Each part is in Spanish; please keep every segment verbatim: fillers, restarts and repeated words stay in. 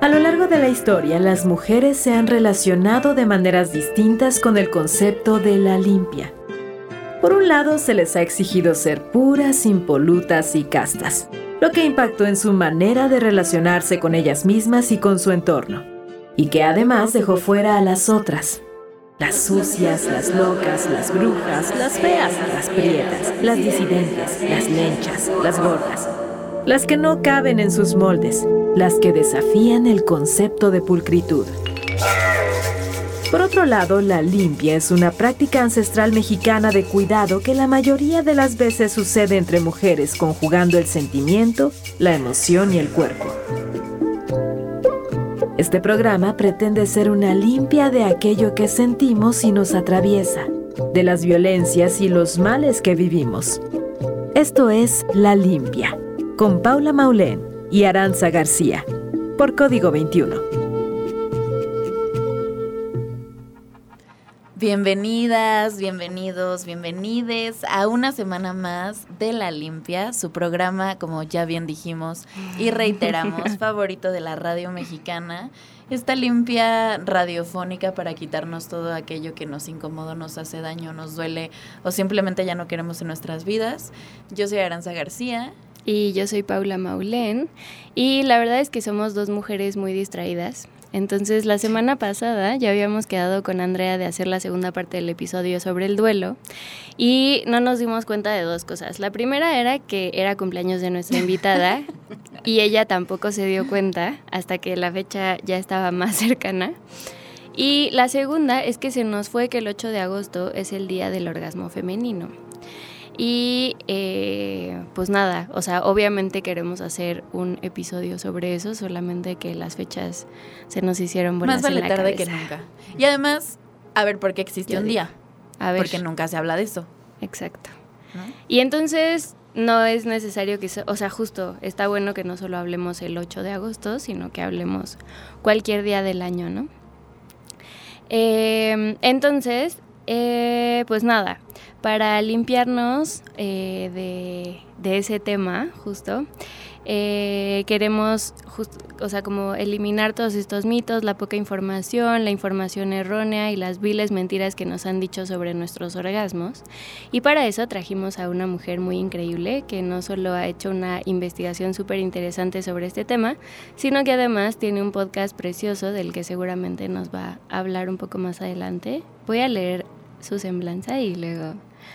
A lo largo de la historia, las mujeres se han relacionado de maneras distintas con el concepto de la limpia. Por un lado, se les ha exigido ser puras, impolutas y castas, lo que impactó en su manera de relacionarse con ellas mismas y con su entorno, y que además dejó fuera a las otras. Las sucias, las locas, las brujas, las feas, las prietas, las disidentes, las lenchas, las gordas, las que no caben en sus moldes, las que desafían el concepto de pulcritud. Por otro lado, la limpia es una práctica ancestral mexicana de cuidado que la mayoría de las veces sucede entre mujeres, conjugando el sentimiento, la emoción y el cuerpo. Este programa pretende ser una limpia de aquello que sentimos y nos atraviesa, de las violencias y los males que vivimos. Esto es La Limpia, con Paula Maulén y Aranza García, por Código veintiuno. Bienvenidas, bienvenidos, bienvenides a una semana más de La Limpia, su programa, como ya bien dijimos y reiteramos, favorito de la radio mexicana. Esta limpia radiofónica para quitarnos todo aquello que nos incomoda, nos hace daño, nos duele o simplemente ya no queremos en nuestras vidas. Yo soy Aranza García. Y yo soy Paula Maulén. Y la verdad es que somos dos mujeres muy distraídas. Entonces, la semana pasada ya habíamos quedado con Andrea de hacer la segunda parte del episodio sobre el duelo y no nos dimos cuenta de dos cosas. La primera era que era cumpleaños de nuestra invitada y ella tampoco se dio cuenta hasta que la fecha ya estaba más cercana. Y la segunda es que se nos fue que el ocho de agosto es el día del orgasmo femenino. Y eh, pues nada, o sea, obviamente queremos hacer un episodio sobre eso, solamente que las fechas se nos hicieron bolas Más vale en la tarde cabeza. que nunca. Y además, a ver, ¿por qué existe Yo un digo, día? A ver, Porque nunca se habla de eso, exacto. ¿no? Y entonces no es necesario que, so- o sea, justo está bueno que no solo hablemos el ocho de agosto, sino que hablemos cualquier día del año, ¿no? Eh, entonces, eh, pues nada, para limpiarnos eh, de, de ese tema, justo, eh, queremos, just, o sea, como eliminar todos estos mitos, la poca información, la información errónea y las viles mentiras que nos han dicho sobre nuestros orgasmos. Y para eso trajimos a una mujer muy increíble que no solo ha hecho una investigación súper interesante sobre este tema, sino que además tiene un podcast precioso del que seguramente nos va a hablar un poco más adelante. Voy a leer su semblanza y luego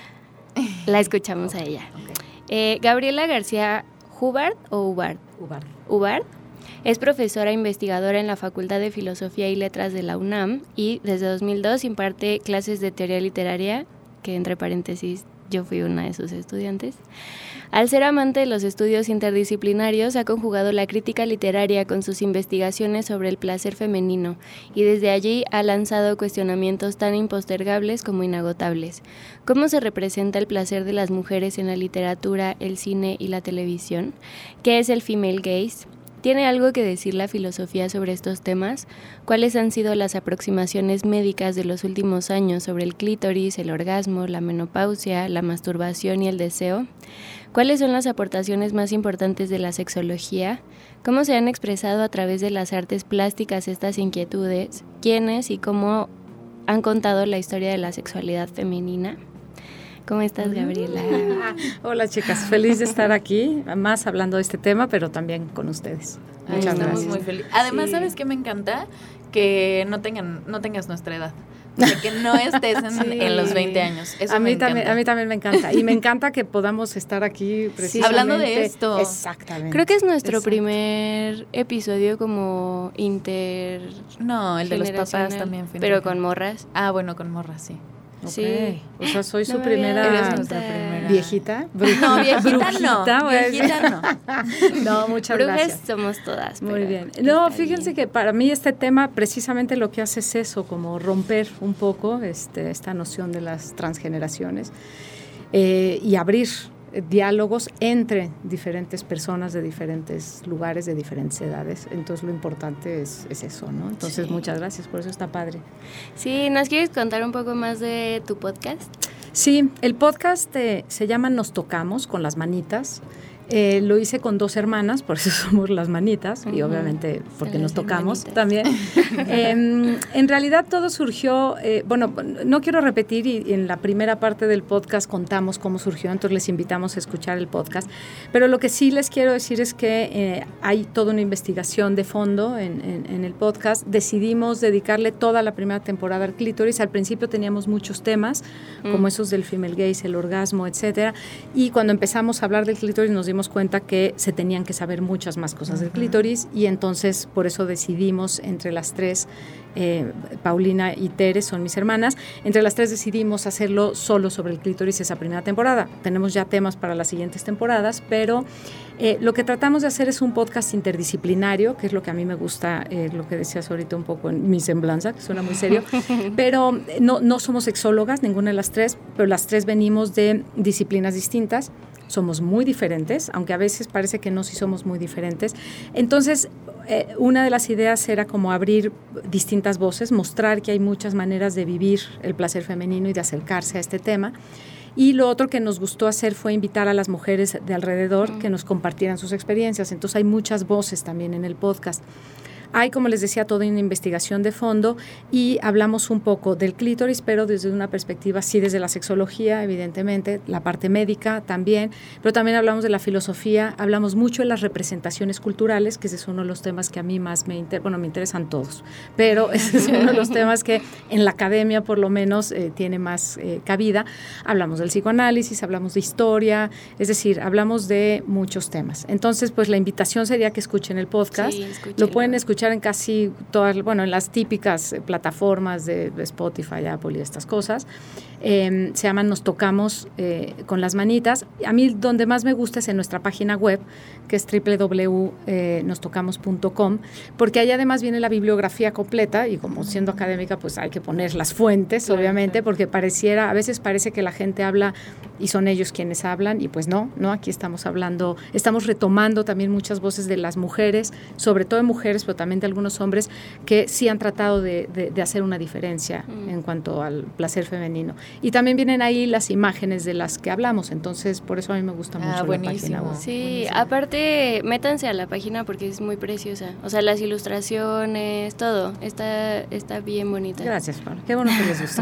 la escuchamos a ella. Okay. Eh, Gabriela García Hubbard o Hubbard. Hubbard. Hubbard es profesora investigadora en la Facultad de Filosofía y Letras de la UNAM y desde dos mil dos imparte clases de teoría literaria, que entre paréntesis yo fui una de sus estudiantes. Al ser amante de los estudios interdisciplinarios, ha conjugado la crítica literaria con sus investigaciones sobre el placer femenino y desde allí ha lanzado cuestionamientos tan impostergables como inagotables. ¿Cómo se representa el placer de las mujeres en la literatura, el cine y la televisión? ¿Qué es el female gaze? ¿Tiene algo que decir la filosofía sobre estos temas? ¿Cuáles han sido las aproximaciones médicas de los últimos años sobre el clítoris, el orgasmo, la menopausia, la masturbación y el deseo? ¿Cuáles son las aportaciones más importantes de la sexología? ¿Cómo se han expresado a través de las artes plásticas estas inquietudes? ¿Quiénes y cómo han contado la historia de la sexualidad femenina? ¿Cómo estás, Gabriela? Hola, chicas. Feliz de estar aquí, más hablando de este tema, pero también con ustedes. Ay, Muchas estamos gracias. muy felices. Además, Sí. ¿sabes qué me encanta? Que no tengan, no tengas nuestra edad. O sea, que no estés en, Sí. en los veinte años. Eso a mí me también, encanta. a mí también me encanta. Y me encanta que podamos estar aquí precisamente. Hablando de esto. Exactamente. Creo que es nuestro Exacto. primer episodio como inter... No, el de los papás generacional, también fue pero inter- con morras. Ah, bueno, con morras, sí. Ok. Sí. O sea, soy No su me había primera dado Eres nuestra cuenta. primera. viejita. No, viejita Brujita, no. voy a decir. Viejita no. No, muchas Brujas gracias. somos todas. Muy pero bien. está No, fíjense bien. que para mí este tema precisamente lo que hace es eso, como romper un poco este, esta noción de las transgeneraciones eh, y abrir eh, diálogos entre diferentes personas de diferentes lugares, de diferentes edades. Entonces lo importante es, es eso, ¿no? Entonces Sí. muchas gracias, por eso está padre. Sí, ¿nos quieres contar un poco más de tu podcast? Sí, el podcast eh, se llama Nos Tocamos con las manitas. Eh, lo hice con dos hermanas, por eso somos las manitas, uh-huh. y obviamente porque nos tocamos hermanitas. También. eh, en realidad todo surgió, eh, bueno, no quiero repetir, y en la primera parte del podcast contamos cómo surgió, entonces les invitamos a escuchar el podcast, pero lo que sí les quiero decir es que eh, hay toda una investigación de fondo en, en, en el podcast. Decidimos dedicarle toda la primera temporada al clítoris. Al principio teníamos muchos temas, mm. como esos del female gaze, el orgasmo, etcétera, y cuando empezamos a hablar del clítoris nos dimos cuenta que se tenían que saber muchas más cosas del clítoris, y entonces por eso decidimos entre las tres, eh, Paulina y Tere son mis hermanas, entre las tres decidimos hacerlo solo sobre el clítoris esa primera temporada. Tenemos ya temas para las siguientes temporadas, pero eh, lo que tratamos de hacer es un podcast interdisciplinario, que es lo que a mí me gusta, eh, lo que decías ahorita un poco en mi semblanza, que suena muy serio, pero no, no somos sexólogas, ninguna de las tres, pero las tres venimos de disciplinas distintas. Somos muy diferentes, aunque a veces parece que no, sí somos muy diferentes. Entonces, eh, una de las ideas era como abrir distintas voces, mostrar que hay muchas maneras de vivir el placer femenino y de acercarse a este tema. Y lo otro que nos gustó hacer fue invitar a las mujeres de alrededor mm. que nos compartieran sus experiencias. Entonces, hay muchas voces también en el podcast. Hay, como les decía, toda una investigación de fondo y hablamos un poco del clítoris, pero desde una perspectiva, sí, desde la sexología, evidentemente, la parte médica también, pero también hablamos de la filosofía, hablamos mucho de las representaciones culturales, que ese es uno de los temas que a mí más me interesan, bueno, me interesan todos, pero ese es uno de los temas que en la academia, por lo menos, eh, tiene más eh, cabida. Hablamos del psicoanálisis, hablamos de historia, es decir, hablamos de muchos temas. Entonces, pues la invitación sería que escuchen el podcast. Sí, lo pueden escuchar en casi todas, bueno, en las típicas plataformas de Spotify, Apple y estas cosas. Eh, se llaman Nos Tocamos eh, con las Manitas. A mí donde más me gusta es en nuestra página web, que es doble u doble u doble u punto nos tocamos punto com, porque ahí además viene la bibliografía completa, y como siendo académica pues hay que poner las fuentes, claro, obviamente, claro. Porque pareciera, a veces parece que la gente habla y son ellos quienes hablan, y pues no, no, aquí estamos hablando, estamos retomando también muchas voces de las mujeres, sobre todo de mujeres, pero también de algunos hombres que sí han tratado de, de, de hacer una diferencia mm. en cuanto al placer femenino. Y también vienen ahí las imágenes de las que hablamos, entonces por eso a mí me gusta mucho ah, la página web. Sí, buenísimo. Aparte, métanse a la página porque es muy preciosa, o sea, las ilustraciones, todo, está, está bien bonita. Gracias, Paula, qué bueno que les gustó.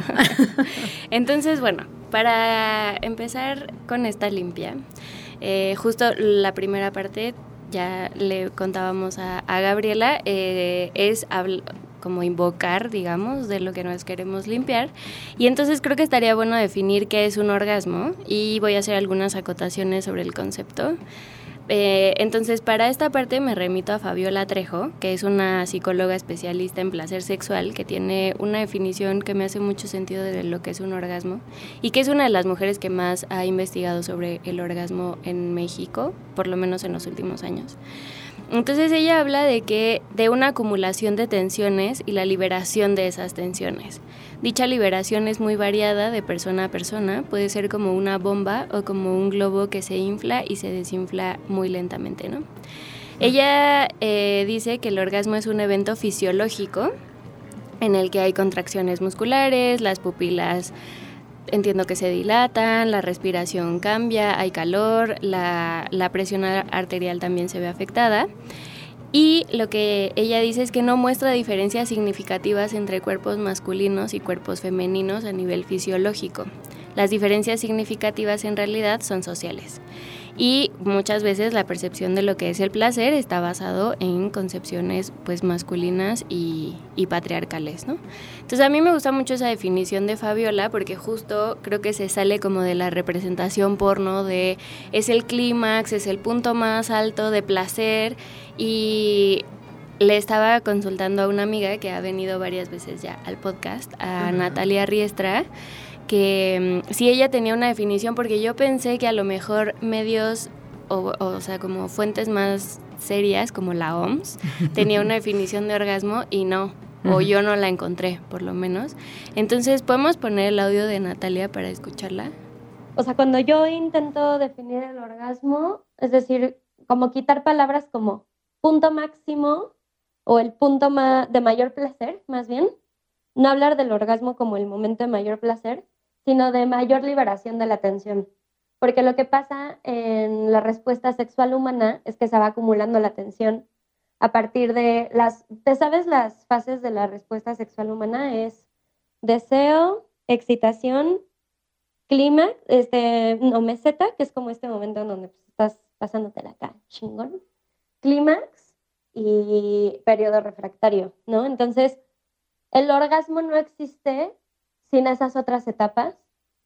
Entonces, bueno, para empezar con esta limpia, eh, justo la primera parte, ya le contábamos a, a Gabriela, eh, es habl- como invocar, digamos, de lo que nos queremos limpiar. Y entonces creo que estaría bueno definir qué es un orgasmo, y voy a hacer algunas acotaciones sobre el concepto. Eh, entonces, para esta parte me remito a Fabiola Trejo, que es una psicóloga especialista en placer sexual, que tiene una definición que me hace mucho sentido de lo que es un orgasmo, y que es una de las mujeres que más ha investigado sobre el orgasmo en México, por lo menos en los últimos años. Entonces ella habla de que de una acumulación de tensiones y la liberación de esas tensiones. Dicha liberación es muy variada de persona a persona, puede ser como una bomba o como un globo que se infla y se desinfla muy lentamente, ¿no? Ella eh, dice que el orgasmo es un evento fisiológico en el que hay contracciones musculares, las pupilas entiendo que se dilatan, la respiración cambia, hay calor, la, la presión arterial también se ve afectada. Y lo que ella dice es que no muestra diferencias significativas entre cuerpos masculinos y cuerpos femeninos a nivel fisiológico. Las diferencias significativas en realidad son sociales. Y muchas veces la percepción de lo que es el placer está basado en concepciones pues masculinas y, y patriarcales, ¿no? Entonces a mí me gusta mucho esa definición de Fabiola porque justo creo que se sale como de la representación porno de es el clímax, es el punto más alto de placer. Y le estaba consultando a una amiga que ha venido varias veces ya al podcast, a uh-huh. Natalia Riestra, que um, si ella tenía una definición, porque yo pensé que a lo mejor medios, o, o, o sea, como fuentes más serias, como la O M S, tenía una definición de orgasmo y no, uh-huh. o yo no la encontré, por lo menos. Entonces, ¿podemos poner el audio de Natalia para escucharla? O sea, cuando yo intento definir el orgasmo, es decir, como quitar palabras como punto máximo o el punto ma- de mayor placer, más bien, no hablar del orgasmo como el momento de mayor placer, sino de mayor liberación de la tensión. Porque lo que pasa en la respuesta sexual humana es que se va acumulando la tensión a partir de las... ¿Te sabes las fases de la respuesta sexual humana? Es deseo, excitación, clímax, este, no, meseta, que es como este momento en donde pues, estás pasándotela acá, chingón, clímax y periodo refractario, ¿no? Entonces, el orgasmo no existe sin esas otras etapas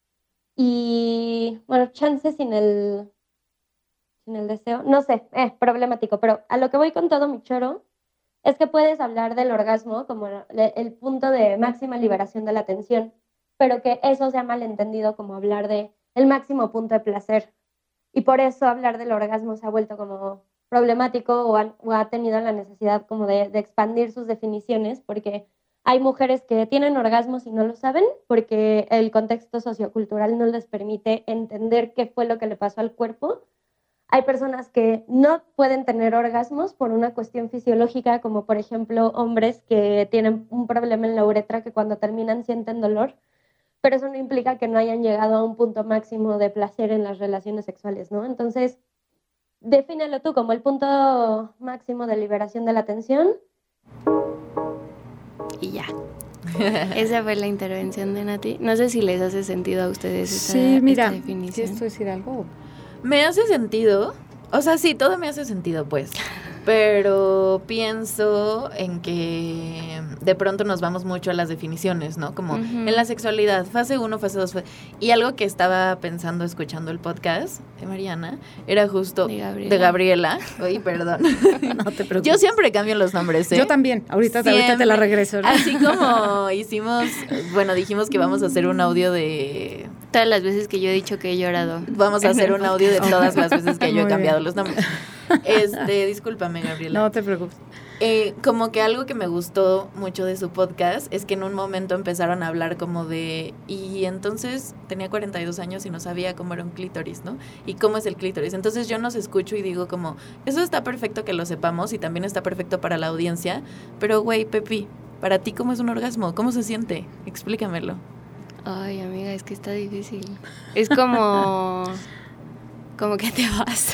y, bueno, chance sin el, sin el deseo, no sé, es eh, problemático, pero a lo que voy con todo mi choro es que puedes hablar del orgasmo como el punto de máxima liberación de la tensión, pero que eso se ha malentendido como hablar de el máximo punto de placer. Y por eso hablar del orgasmo se ha vuelto como problemático o, han, o ha tenido la necesidad como de, de expandir sus definiciones, porque hay mujeres que tienen orgasmos y no lo saben, porque el contexto sociocultural no les permite entender qué fue lo que le pasó al cuerpo. Hay personas que no pueden tener orgasmos por una cuestión fisiológica, como por ejemplo hombres que tienen un problema en la uretra que cuando terminan sienten dolor, pero eso no implica que no hayan llegado a un punto máximo de placer en las relaciones sexuales, ¿no? Entonces, defínelo tú como el punto máximo de liberación de la tensión. Y ya. Esa fue la intervención de Nati. No sé si les hace sentido a ustedes esta, sí, mira, esta definición. ¿Quieres tú decir algo? Me hace sentido, o sea, sí, todo me hace sentido, pues, pero pienso en que de pronto nos vamos mucho a las definiciones, ¿no? Como uh-huh. en la sexualidad, fase uno, fase dos, fase... y algo que estaba pensando escuchando el podcast de Mariana era justo de Gabriela. De Gabriela. Oye, perdón. No te preocupes. Yo siempre cambio los nombres, ¿eh? Yo también, ahorita, ahorita te la regreso, ¿no? Así como hicimos, bueno, dijimos que vamos a hacer un audio de... Todas las veces que yo he dicho que he llorado. Vamos a hacer un audio de todas las veces que yo he Muy cambiado bien. los nombres. Este, discúlpame, Gabriela. No te preocupes. Eh, como que algo que me gustó mucho de su podcast es que en un momento empezaron a hablar como de, y entonces tenía cuarenta y dos años y no sabía cómo era un clítoris, ¿no? Y cómo es el clítoris. Entonces yo nos escucho y digo como, eso está perfecto que lo sepamos y también está perfecto para la audiencia, pero güey, Pepi, para ti, ¿cómo es un orgasmo? ¿Cómo se siente? Explícamelo. Ay, amiga, es que está difícil. Es como... como que te vas.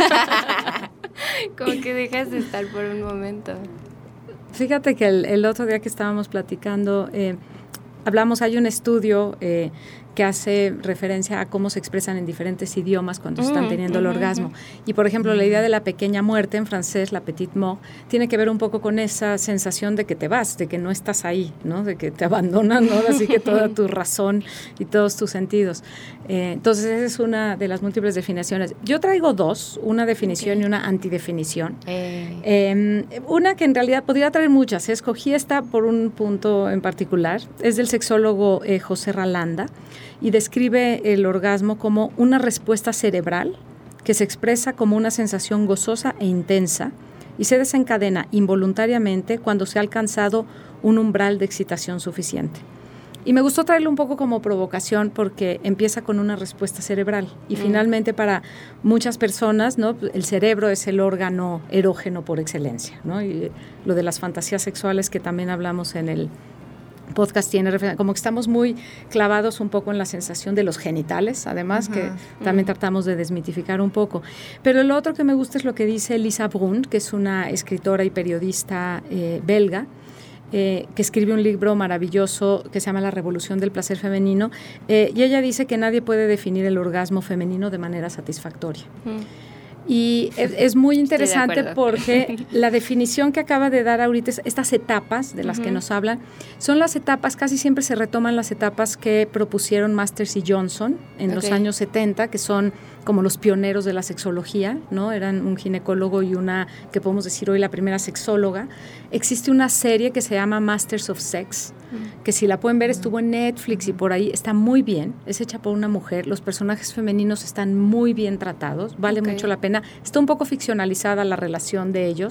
Como que dejas de estar por un momento. Fíjate que el, el otro día que estábamos platicando, eh, hablamos, hay un estudio eh, que hace referencia a cómo se expresan en diferentes idiomas cuando mm, están teniendo mm, el orgasmo. Mm. Y, por ejemplo, mm. la idea de la pequeña muerte en francés, la petite mort, tiene que ver un poco con esa sensación de que te vas, de que no estás ahí, ¿no? De que te abandonan, ¿no? Así que toda tu razón y todos tus sentidos. Eh, entonces, esa es una de las múltiples definiciones. Yo traigo dos, una definición okay. y una antidefinición. Eh. Eh, una que en realidad podría traer muchas. Escogí esta por un punto en particular. Es del sexólogo eh, José Ralanda, y describe el orgasmo como una respuesta cerebral que se expresa como una sensación gozosa e intensa y se desencadena involuntariamente cuando se ha alcanzado un umbral de excitación suficiente. Y me gustó traerlo un poco como provocación porque empieza con una respuesta cerebral y mm. finalmente para muchas personas, ¿no? El cerebro es el órgano erógeno por excelencia, ¿no? Y lo de las fantasías sexuales que también hablamos en el podcast tiene referencia, como que estamos muy clavados un poco en la sensación de los genitales, además, uh-huh, que uh-huh. también tratamos de desmitificar un poco. Pero lo otro que me gusta es lo que dice Lisa Brun, que es una escritora y periodista eh, belga, eh, que escribe un libro maravilloso que se llama La Revolución del Placer Femenino, eh, y ella dice que nadie puede definir el orgasmo femenino de manera satisfactoria. Uh-huh. Y es, es muy interesante porque la definición que acaba de dar ahorita, estas etapas de las uh-huh. que nos hablan, son las etapas, casi siempre se retoman las etapas que propusieron Masters y Johnson en okay. los años setenta, que son como los pioneros de la sexología, ¿no? Eran un ginecólogo y una, que podemos decir hoy, la primera sexóloga. Existe una serie que se llama Masters of Sex, uh-huh. que si la pueden ver estuvo en Netflix y por ahí, está muy bien, es hecha por una mujer, los personajes femeninos están muy bien tratados, vale okay. mucho la pena. Está un poco ficcionalizada la relación de ellos,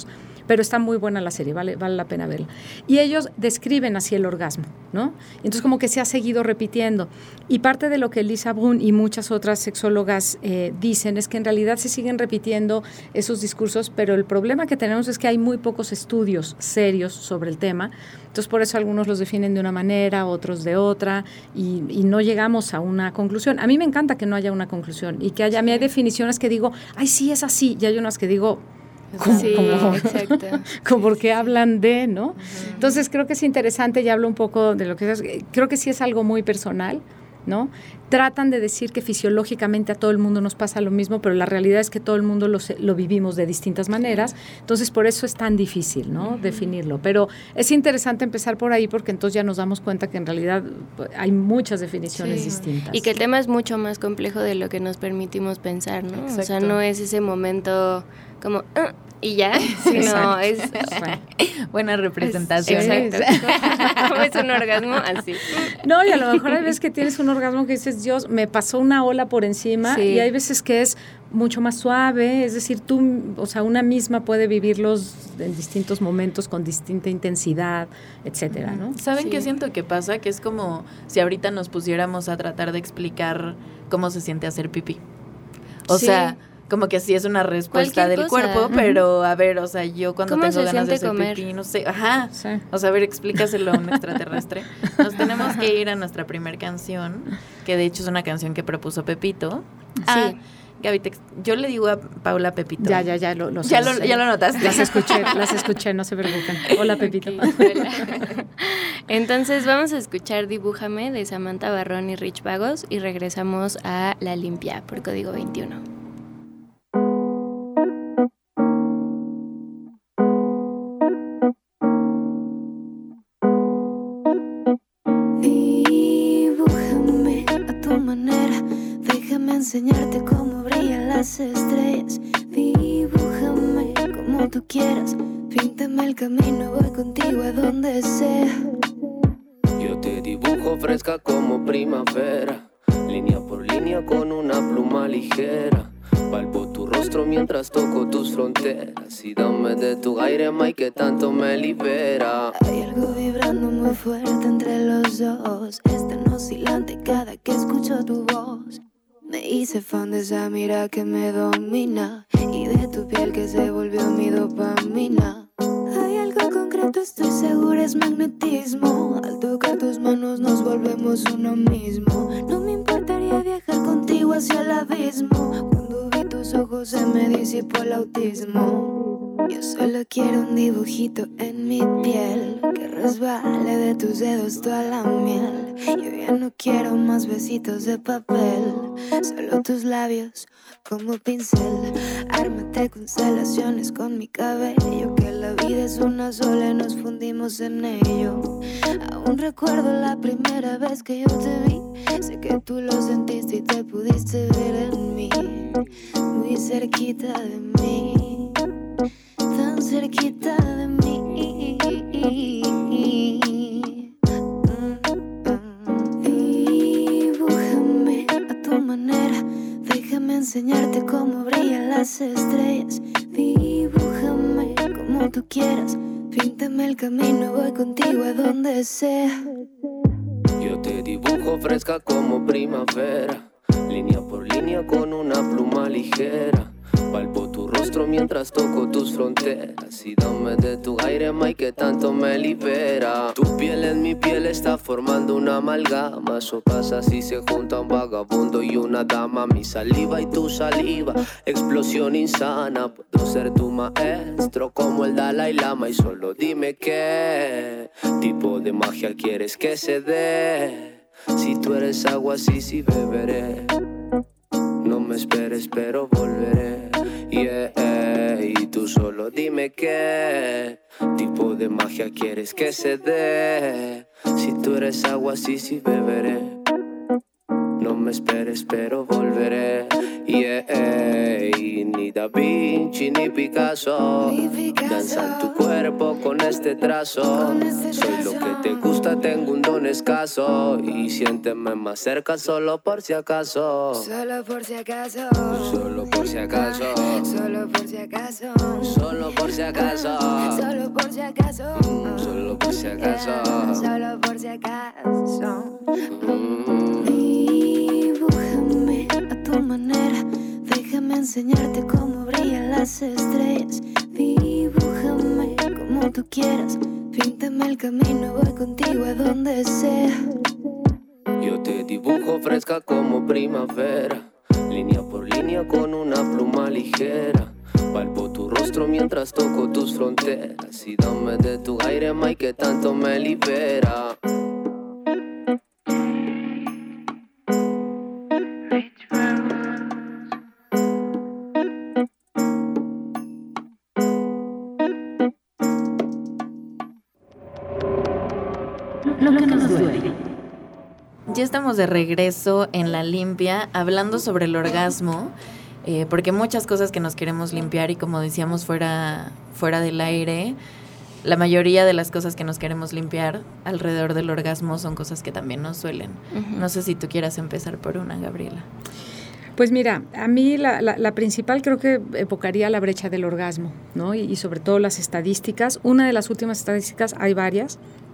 pero está muy buena la serie, vale, vale la pena verla. Y ellos describen así el orgasmo, ¿no? Entonces como que se ha seguido repitiendo. Y parte de lo que Lisa Brun y muchas otras sexólogas eh, dicen es que en realidad se siguen repitiendo esos discursos, pero el problema que tenemos es que hay muy pocos estudios serios sobre el tema. Entonces por eso algunos los definen de una manera, otros de otra, y, y no llegamos a una conclusión. A mí me encanta que no haya una conclusión y que haya, a mí hay definiciones que digo, ay, sí, es así, y hay unas que digo, ¿cómo, sí, cómo, exacto. como porque hablan de, ¿no? Uh-huh. Entonces creo que es interesante, ya hablo un poco de lo que es, creo que sí es algo muy personal, ¿no? Tratan de decir que fisiológicamente a todo el mundo nos pasa lo mismo, pero la realidad es que todo el mundo lo, lo vivimos de distintas maneras, entonces por eso es tan difícil, ¿no? Uh-huh. Definirlo, pero es interesante empezar por ahí porque entonces ya nos damos cuenta que en realidad hay muchas definiciones sí. distintas. Y que el tema es mucho más complejo de lo que nos permitimos pensar, ¿no? Exacto. O sea, no es ese momento como... Uh, y ya, sino es buena representación. Es, exacto. ¿Cómo es un orgasmo? Así. No, y a lo mejor hay veces que tienes un orgasmo que dices, Dios, me pasó una ola por encima, sí. y hay veces que es mucho más suave, es decir, tú, o sea, una misma puede vivirlos en distintos momentos con distinta intensidad, etcétera, ¿no? ¿Saben sí. qué siento que pasa? Que es como si ahorita nos pusiéramos a tratar de explicar cómo se siente hacer pipí. O sí. sea, como que sí es una respuesta Cualquier del cosa. cuerpo, uh-huh. pero a ver, o sea, yo cuando ¿Cómo tengo se ganas de hacer comer? pipí, no sé, ajá, sí. o sea, a ver, explícaselo a un extraterrestre. Nos tenemos que ir a nuestra primer canción, que de hecho es una canción que propuso Pepito. Sí. Ah, Gaby, te, yo le digo a Paula Pepito. Ya, ya, ya lo, lo ya, lo, ya lo notaste. Las escuché, las escuché, no se preocupen. Hola, Pepito. Okay, entonces vamos a escuchar Dibújame de Samantha Barrón y Rich Vagos y regresamos a La Limpia por Código veintiuno. Dibújame a tu manera, déjame enseñarte cómo brillan las estrellas. Dibújame como tú quieras, píntame el camino, voy contigo a donde sea. Yo te dibujo fresca como primavera, línea por línea con una pluma ligera. Palpo tu rostro mientras toco tus fronteras y dame de tu aire, may, que tanto me libera. Hay algo vibrando muy fuerte entre los dos, es tan oscilante cada que escucho tu voz. Me hice fan de esa mirada que me domina y de tu piel que se volvió mi dopamina. Hay algo concreto, estoy segura, es magnetismo. Al tocar tus manos nos volvemos uno mismo. No me importaría viajar contigo hacia el abismo. Cuando vi tus ojos se me disipó el autismo. Yo solo quiero un dibujito en mi piel, que resbale de tus dedos toda la miel. Yo ya no quiero más besitos de papel, solo tus labios como pincel. Ármate constelaciones con mi cabello, que la vida es una sola y nos fundimos en ello. Aún recuerdo la primera vez que yo te vi, sé que tú lo sentiste y te pudiste ver en mí, muy cerquita de mí, tan cerquita de mí. Dibújame a tu manera, déjame enseñarte cómo brillan las estrellas. Dibújame como tú quieras, píntame el camino, voy contigo a donde sea. Yo te dibujo fresca como primavera, línea por línea con una pluma ligera. Palpo tu rostro mientras toco tus fronteras y dame de tu aire, may, que tanto me libera. Tu piel en mi piel está formando una amalgama, eso pasa si se junta un vagabundo y una dama. Mi saliva y tu saliva, explosión insana. Puedo ser tu maestro como el Dalai Lama y solo dime qué tipo de magia quieres que se dé. Si tú eres agua, sí, sí beberé. No me esperes, pero volveré. Yeah, yeah. Y tú solo dime qué tipo de magia quieres que se dé. Si tú eres agua, sí, sí beberé. No me esperes, pero volveré. Yeah, yeah. Y ni Da Vinci ni Picasso, ni Picasso danza tu cuerpo con este trazo. Con este Soy trazo. lo que te gusta, tengo un don escaso. Y siénteme más cerca solo por si acaso. Solo por si acaso. Solo por si acaso. Solo Solo por si acaso. Solo por si acaso. Solo por si acaso. Mm, solo por si acaso. Yeah, solo por si acaso. Mm. Dibújame a tu manera. Déjame enseñarte cómo brillan las estrellas. Dibújame como tú quieras. Píntame el camino, voy contigo a donde sea. Yo te dibujo fresca como primavera, línea por línea con una pluma ligera. Palpo tu rostro mientras toco tus fronteras. Y dame de tu aire, may, que tanto me libera. Lo que nos duele. Ya estamos de regreso en La Limpia hablando sobre el orgasmo, eh, porque muchas cosas que nos queremos limpiar y como decíamos fuera, fuera del aire, la mayoría de las cosas que nos queremos limpiar alrededor del orgasmo son cosas que también nos duelen. Uh-huh. No sé si tú quieras empezar por una, Gabriela. Pues mira, a mí la, la, la principal creo que evocaría la brecha del orgasmo, ¿no? Y, y sobre todo las estadísticas. Una de las últimas estadísticas, hay varias,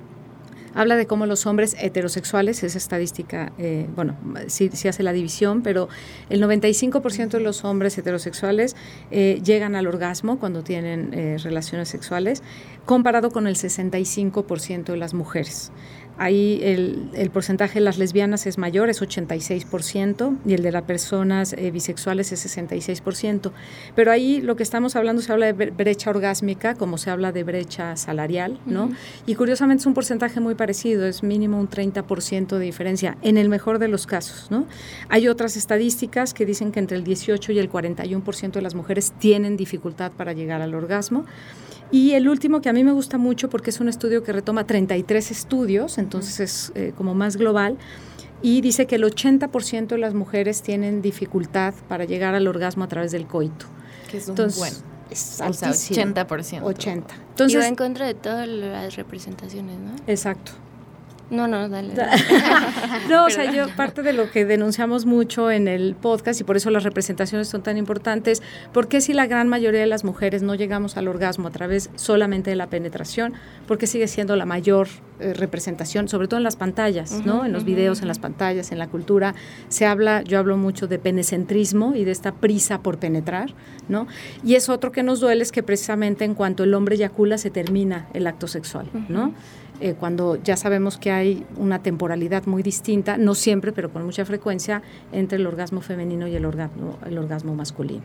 habla de cómo los hombres heterosexuales, esa estadística, eh, bueno, sí, sí hace la división, pero el noventa y cinco por ciento de los hombres heterosexuales eh, llegan al orgasmo cuando tienen eh, relaciones sexuales, comparado con el sesenta y cinco por ciento de las mujeres. Ahí el, el porcentaje de las lesbianas es mayor, es ochenta y seis por ciento, y el de las personas eh, bisexuales es sesenta y seis por ciento. Pero ahí lo que estamos hablando, se habla de brecha orgásmica, como se habla de brecha salarial, ¿no? Uh-huh. Y curiosamente es un porcentaje muy parecido, es mínimo un treinta por ciento de diferencia, en el mejor de los casos, ¿no? Hay otras estadísticas que dicen que entre el dieciocho y el cuarenta y uno por ciento de las mujeres tienen dificultad para llegar al orgasmo. Y el último, que a mí me gusta mucho porque es un estudio que retoma treinta y tres estudios, entonces es eh, como más global, y dice que el ochenta por ciento de las mujeres tienen dificultad para llegar al orgasmo a través del coito. Que es un entonces, buen. Es o sea, ochenta por ciento. ochenta. Entonces, y va en contra de todas las representaciones, ¿no? Exacto. No, no, dale. dale. No, o sea, yo parte de lo que denunciamos mucho en el podcast, y por eso las representaciones son tan importantes, porque si la gran mayoría de las mujeres no llegamos al orgasmo a través solamente de la penetración, porque sigue siendo la mayor eh, representación, sobre todo en las pantallas, uh-huh, ¿no? En los uh-huh, videos, uh-huh. en las pantallas, en la cultura, se habla, yo hablo mucho de penecentrismo y de esta prisa por penetrar, ¿no? Y es otro que nos duele, es que precisamente en cuanto el hombre eyacula se termina el acto sexual, uh-huh. ¿no? Eh, cuando ya sabemos que hay una temporalidad muy distinta, no siempre, pero con mucha frecuencia, entre el orgasmo femenino y el orgasmo, el orgasmo masculino.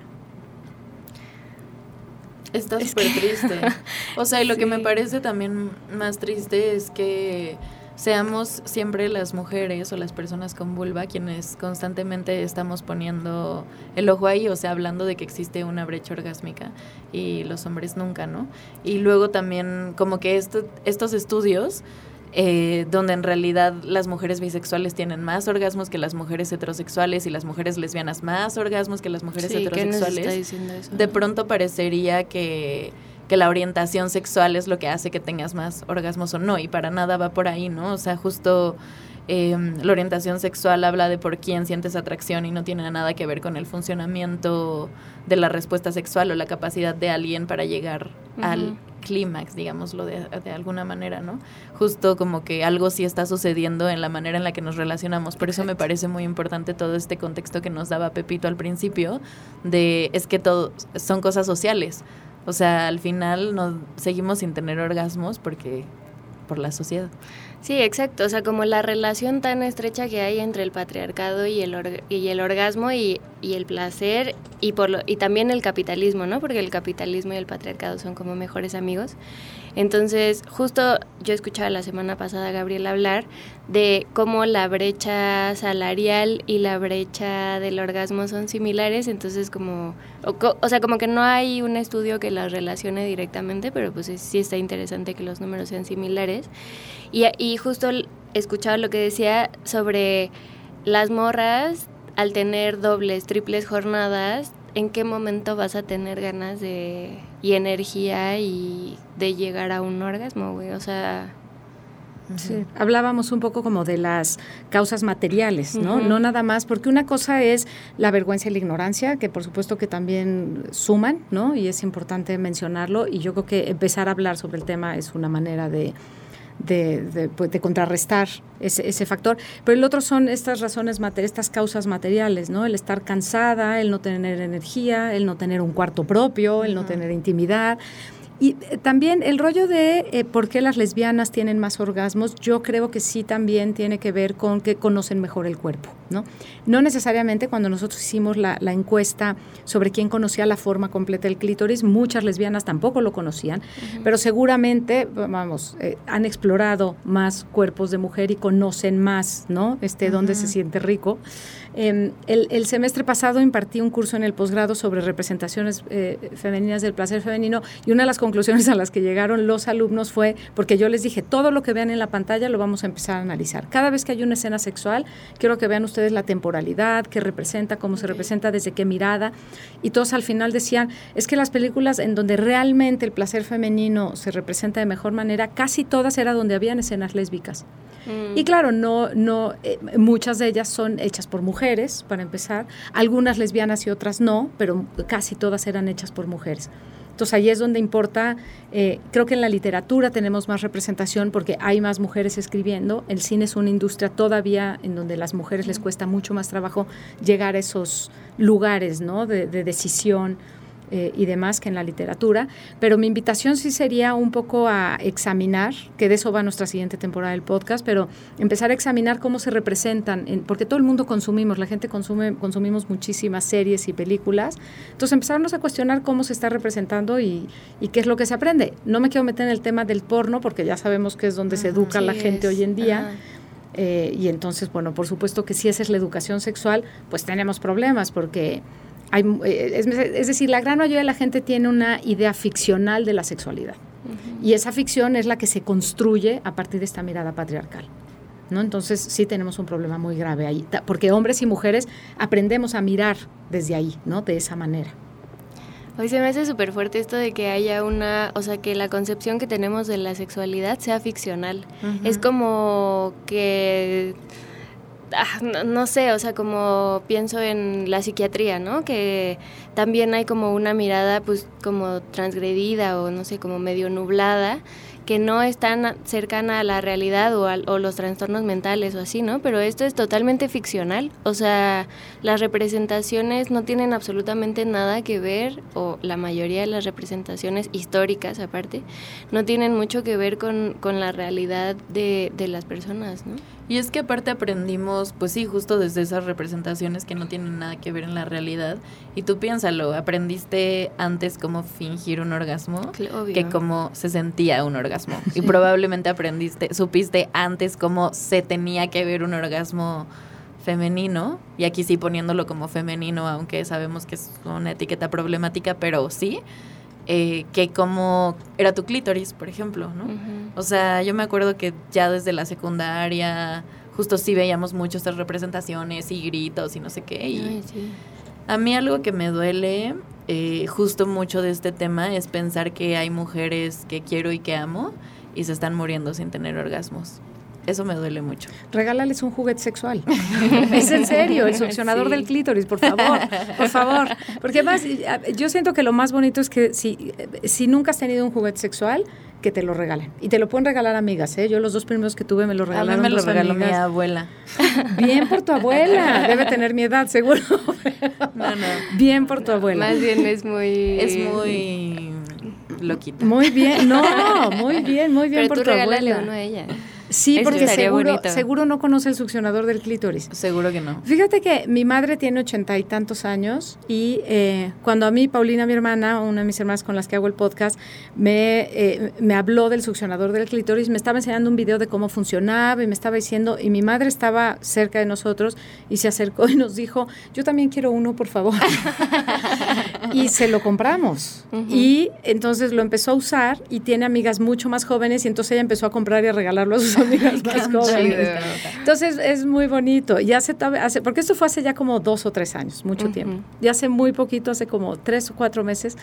Está súper que... triste. O sea, y lo sí. que me parece también más triste es que seamos siempre las mujeres o las personas con vulva quienes constantemente estamos poniendo el ojo ahí, o sea, hablando de que existe una brecha orgásmica y los hombres nunca, ¿no? Y luego también como que esto, estos estudios eh, donde en realidad las mujeres bisexuales tienen más orgasmos que las mujeres heterosexuales y las mujeres lesbianas más orgasmos que las mujeres sí, heterosexuales, ¿qué nos está diciendo eso? De pronto parecería que que la orientación sexual es lo que hace que tengas más orgasmos o no, y para nada va por ahí, ¿no? O sea, justo eh, la orientación sexual habla de por quién sientes atracción y no tiene nada que ver con el funcionamiento de la respuesta sexual o la capacidad de alguien para llegar uh-huh. al clímax, digámoslo de, de alguna manera, ¿no? Justo como que algo sí está sucediendo en la manera en la que nos relacionamos. Por Exacto. Eso me parece muy importante todo este contexto que nos daba Pepito al principio, de es que todo son cosas sociales. O sea, al final nos seguimos sin tener orgasmos porque por la sociedad. Sí, exacto. O sea, como la relación tan estrecha que hay entre el patriarcado y el orga- y el orgasmo y, y el placer y por lo, y también el capitalismo, ¿no? Porque el capitalismo y el patriarcado son como mejores amigos. Entonces, justo yo escuchaba la semana pasada a Gabriela hablar de cómo la brecha salarial y la brecha del orgasmo son similares, entonces como, o, o sea, como que no hay un estudio que las relacione directamente, pero pues sí está interesante que los números sean similares. Y, y justo escuchaba lo que decía sobre las morras, al tener dobles, triples jornadas, ¿en qué momento vas a tener ganas de y energía y de llegar a un orgasmo, güey? O sea, Sí, hablábamos un poco como de las causas materiales, ¿no? Uh-huh. No nada más, porque una cosa es la vergüenza y la ignorancia, que por supuesto que también suman, ¿no? Y es importante mencionarlo, y yo creo que empezar a hablar sobre el tema es una manera de, de, de, pues, de contrarrestar ese, ese factor. Pero el otro son estas razones, estas causas materiales, ¿no? El estar cansada, el no tener energía, el no tener un cuarto propio, el no uh-huh. tener intimidad. Y eh, también el rollo de eh, por qué las lesbianas tienen más orgasmos, yo creo que sí también tiene que ver con que conocen mejor el cuerpo, ¿no? No necesariamente cuando nosotros hicimos la, la encuesta sobre quién conocía la forma completa del clítoris, muchas lesbianas tampoco lo conocían, uh-huh. pero seguramente, vamos, eh, han explorado más cuerpos de mujer y conocen más, ¿no? Este, uh-huh. dónde se siente rico. Eh, el, el semestre pasado impartí un curso en el posgrado sobre representaciones eh, femeninas del placer femenino, y una de las conclusiones a las que llegaron los alumnos fue, porque yo les dije, todo lo que vean en la pantalla lo vamos a empezar a analizar. Cada vez que hay una escena sexual, quiero que vean ustedes la temporalidad, qué representa, cómo se representa, desde qué mirada, y todos al final decían, es que las películas en donde realmente el placer femenino se representa de mejor manera, casi todas era donde habían escenas lésbicas. Mm. Y claro, no, no, eh, muchas de ellas son hechas por mujeres, para empezar, algunas lesbianas y otras no, pero casi todas eran hechas por mujeres. Entonces ahí es donde importa, eh, creo que en la literatura tenemos más representación porque hay más mujeres escribiendo, el cine es una industria todavía en donde a las mujeres les cuesta mucho más trabajo llegar a esos lugares, ¿no? de, de decisión eh, y demás que en la literatura, pero mi invitación sí sería un poco a examinar, que de eso va nuestra siguiente temporada del podcast, pero empezar a examinar cómo se representan, en, porque todo el mundo consumimos, la gente consume, consumimos muchísimas series y películas, entonces empezarnos a cuestionar cómo se está representando y, y qué es lo que se aprende. No me quiero meter en el tema del porno, porque ya sabemos que es donde uh-huh, se educa sí la gente es. hoy en día, uh-huh. eh, y entonces, bueno, por supuesto que si esa es la educación sexual, pues tenemos problemas, porque Hay, es, es decir, la gran mayoría de la gente tiene una idea ficcional de la sexualidad, uh-huh. y esa ficción es la que se construye a partir de esta mirada patriarcal, ¿no? Entonces sí tenemos un problema muy grave ahí, porque hombres y mujeres aprendemos a mirar desde ahí, ¿no? De esa manera. Hoy se me hace súper fuerte esto de que haya una, o sea, que la concepción que tenemos de la sexualidad sea ficcional. Uh-huh. Es como que... Ah, no, no sé, o sea, como pienso en la psiquiatría, ¿no? Que también hay como una mirada, pues, como transgredida o, no sé, como medio nublada, que no es tan cercana a la realidad o, a, o los trastornos mentales o así, ¿no? Pero esto es totalmente ficcional, o sea, las representaciones no tienen absolutamente nada que ver, o la mayoría de las representaciones históricas, aparte, no tienen mucho que ver con, con la realidad de, de las personas, ¿no? Y es que aparte aprendimos, pues sí, justo desde esas representaciones que no tienen nada que ver en la realidad. Y tú piénsalo, aprendiste antes cómo fingir un orgasmo, Obvio. que cómo se sentía un orgasmo. Sí. Y probablemente aprendiste, supiste antes cómo se tenía que ver un orgasmo femenino. Y aquí sí poniéndolo como femenino, aunque sabemos que es una etiqueta problemática, pero sí. Eh, que como era tu clítoris, por ejemplo, ¿no? Uh-huh. O sea, yo me acuerdo que ya desde la secundaria justo sí veíamos mucho estas representaciones y gritos y no sé qué. Y Ay, sí. A mí algo que me duele eh, justo mucho de este tema es pensar que hay mujeres que quiero y que amo y se están muriendo sin tener orgasmos. Eso me duele mucho. Regálales un juguete sexual. Es en serio, el succionador sí. del clítoris, por favor, por favor. Porque además, yo siento que lo más bonito es que si, si nunca has tenido un juguete sexual, que te lo regalen. Y te lo pueden regalar amigas, ¿eh? Yo los dos primeros que tuve me lo regalaron. A mí me lo regaló amigas. mi abuela. Bien por tu abuela. Debe tener mi edad, seguro. No, no. Bien por tu abuela. Más bien es muy... Es muy loquita. Muy bien. No, muy bien, muy bien. Pero por tú tu abuela. regálale uno a ella. Sí, Eso porque seguro, bonito. seguro no conoce el succionador del clítoris. Seguro que no. Fíjate que mi madre tiene ochenta y tantos años y eh, cuando a mí, Paulina, mi hermana, una de mis hermanas con las que hago el podcast, me, eh, me habló del succionador del clítoris, me estaba enseñando un video de cómo funcionaba y me estaba diciendo, y mi madre estaba cerca de nosotros y se acercó y nos dijo, yo también quiero uno, por favor. Y se lo compramos. Uh-huh. Y entonces lo empezó a usar y tiene amigas mucho más jóvenes y entonces ella empezó a comprar y a regalarlo a sus amigas más jóvenes. Entonces es muy bonito. Y hace, hace, porque esto fue hace ya como dos o tres años, mucho uh-huh. tiempo. Y hace muy poquito, hace como tres o cuatro meses,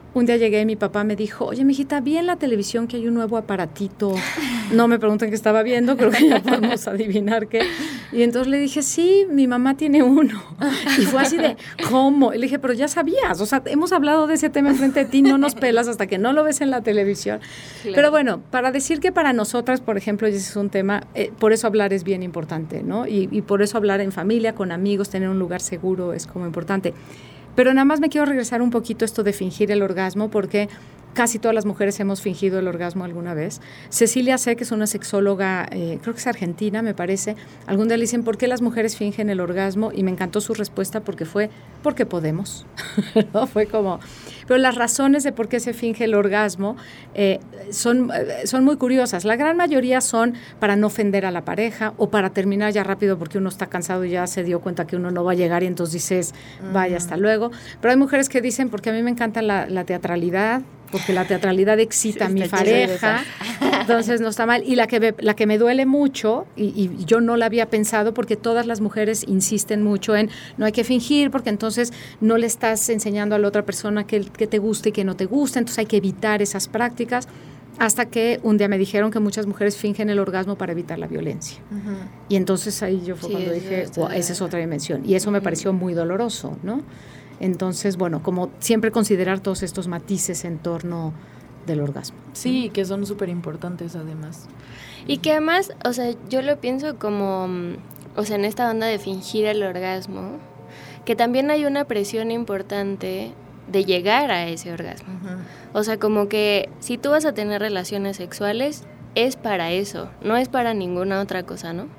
un día llegué y mi papá me dijo, oye, mijita, vi en la televisión que hay un nuevo aparatito. No me pregunten qué estaba viendo, creo que ya podemos adivinar qué. Y entonces le dije, sí, mi mamá tiene uno. Y fue así de, ¿cómo? Y le dije, pero ya sabías, o sea, hemos hablado de ese tema enfrente de ti, no nos pelas hasta que no lo ves en la televisión. Claro. Pero bueno, para decir que para nosotras, por ejemplo, ese es un tema, eh, por eso hablar es bien importante, ¿no? Y, y por eso hablar en familia, con amigos, tener un lugar seguro es como importante. Pero nada más me quiero regresar un poquito a esto de fingir el orgasmo, porque casi todas las mujeres hemos fingido el orgasmo alguna vez. Cecilia C., que es una sexóloga, eh, creo que es argentina, me parece, algún día le dicen, ¿por qué las mujeres fingen el orgasmo? Y me encantó su respuesta porque fue, porque podemos. ¿No? Fue como... Pero las razones de por qué se finge el orgasmo eh, son, eh, son muy curiosas. La gran mayoría son para no ofender a la pareja o para terminar ya rápido porque uno está cansado y ya se dio cuenta que uno no va a llegar y entonces dices, vaya, hasta luego. Pero hay mujeres que dicen, porque a mí me encanta la, la teatralidad, porque la teatralidad excita a mi pareja, entonces no está mal. Y la que me, la que me duele mucho, y, y yo no la había pensado, porque todas las mujeres insisten mucho en no hay que fingir, porque entonces no le estás enseñando a la otra persona que, que te guste y que no te gusta, entonces hay que evitar esas prácticas, hasta que un día me dijeron que muchas mujeres fingen el orgasmo para evitar la violencia. Uh-huh. Y entonces ahí yo fue sí, cuando dije, wow, esa es otra dimensión. Y eso uh-huh. me pareció muy doloroso, ¿no? Entonces, bueno, como siempre considerar todos estos matices en torno del orgasmo. Sí, que son súper importantes además. Y que además, o sea, yo lo pienso como, o sea, en esta onda de fingir el orgasmo, que también hay una presión importante de llegar a ese orgasmo. Uh-huh. O sea, como que si tú vas a tener relaciones sexuales, es para eso, no es para ninguna otra cosa, ¿no?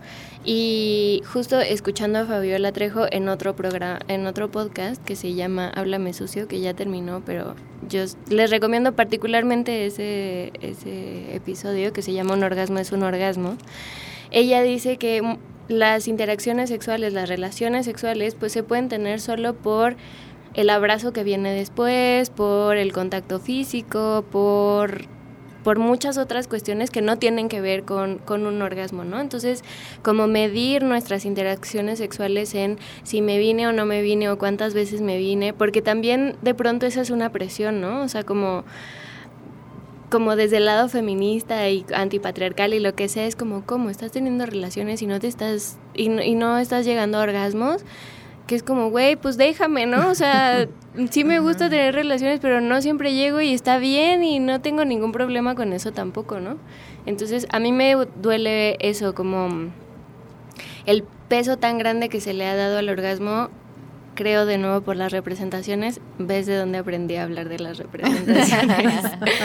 Y justo escuchando a Fabiola Trejo en otro programa, en otro podcast que se llama Háblame Sucio, que ya terminó, pero yo les recomiendo particularmente ese, ese episodio que se llama Un orgasmo es un orgasmo. Ella dice que las interacciones sexuales, las relaciones sexuales, pues se pueden tener solo por el abrazo que viene después, por el contacto físico, por... por muchas otras cuestiones que no tienen que ver con, con un orgasmo, ¿no? Entonces, como medir nuestras interacciones sexuales en si me vine o no me vine o cuántas veces me vine, porque también de pronto esa es una presión, ¿no? O sea, como, como desde el lado feminista y antipatriarcal y lo que sea, es como, ¿cómo? ¿Estás teniendo relaciones y no te estás, y no, y no estás llegando a orgasmos? Que es como, güey, pues déjame, ¿no? O sea, sí me gusta tener relaciones, pero no siempre llego y está bien y no tengo ningún problema con eso tampoco, ¿no? Entonces, a mí me duele eso, como el peso tan grande que se le ha dado al orgasmo, creo de nuevo por las representaciones, ves de dónde aprendí a hablar de las representaciones.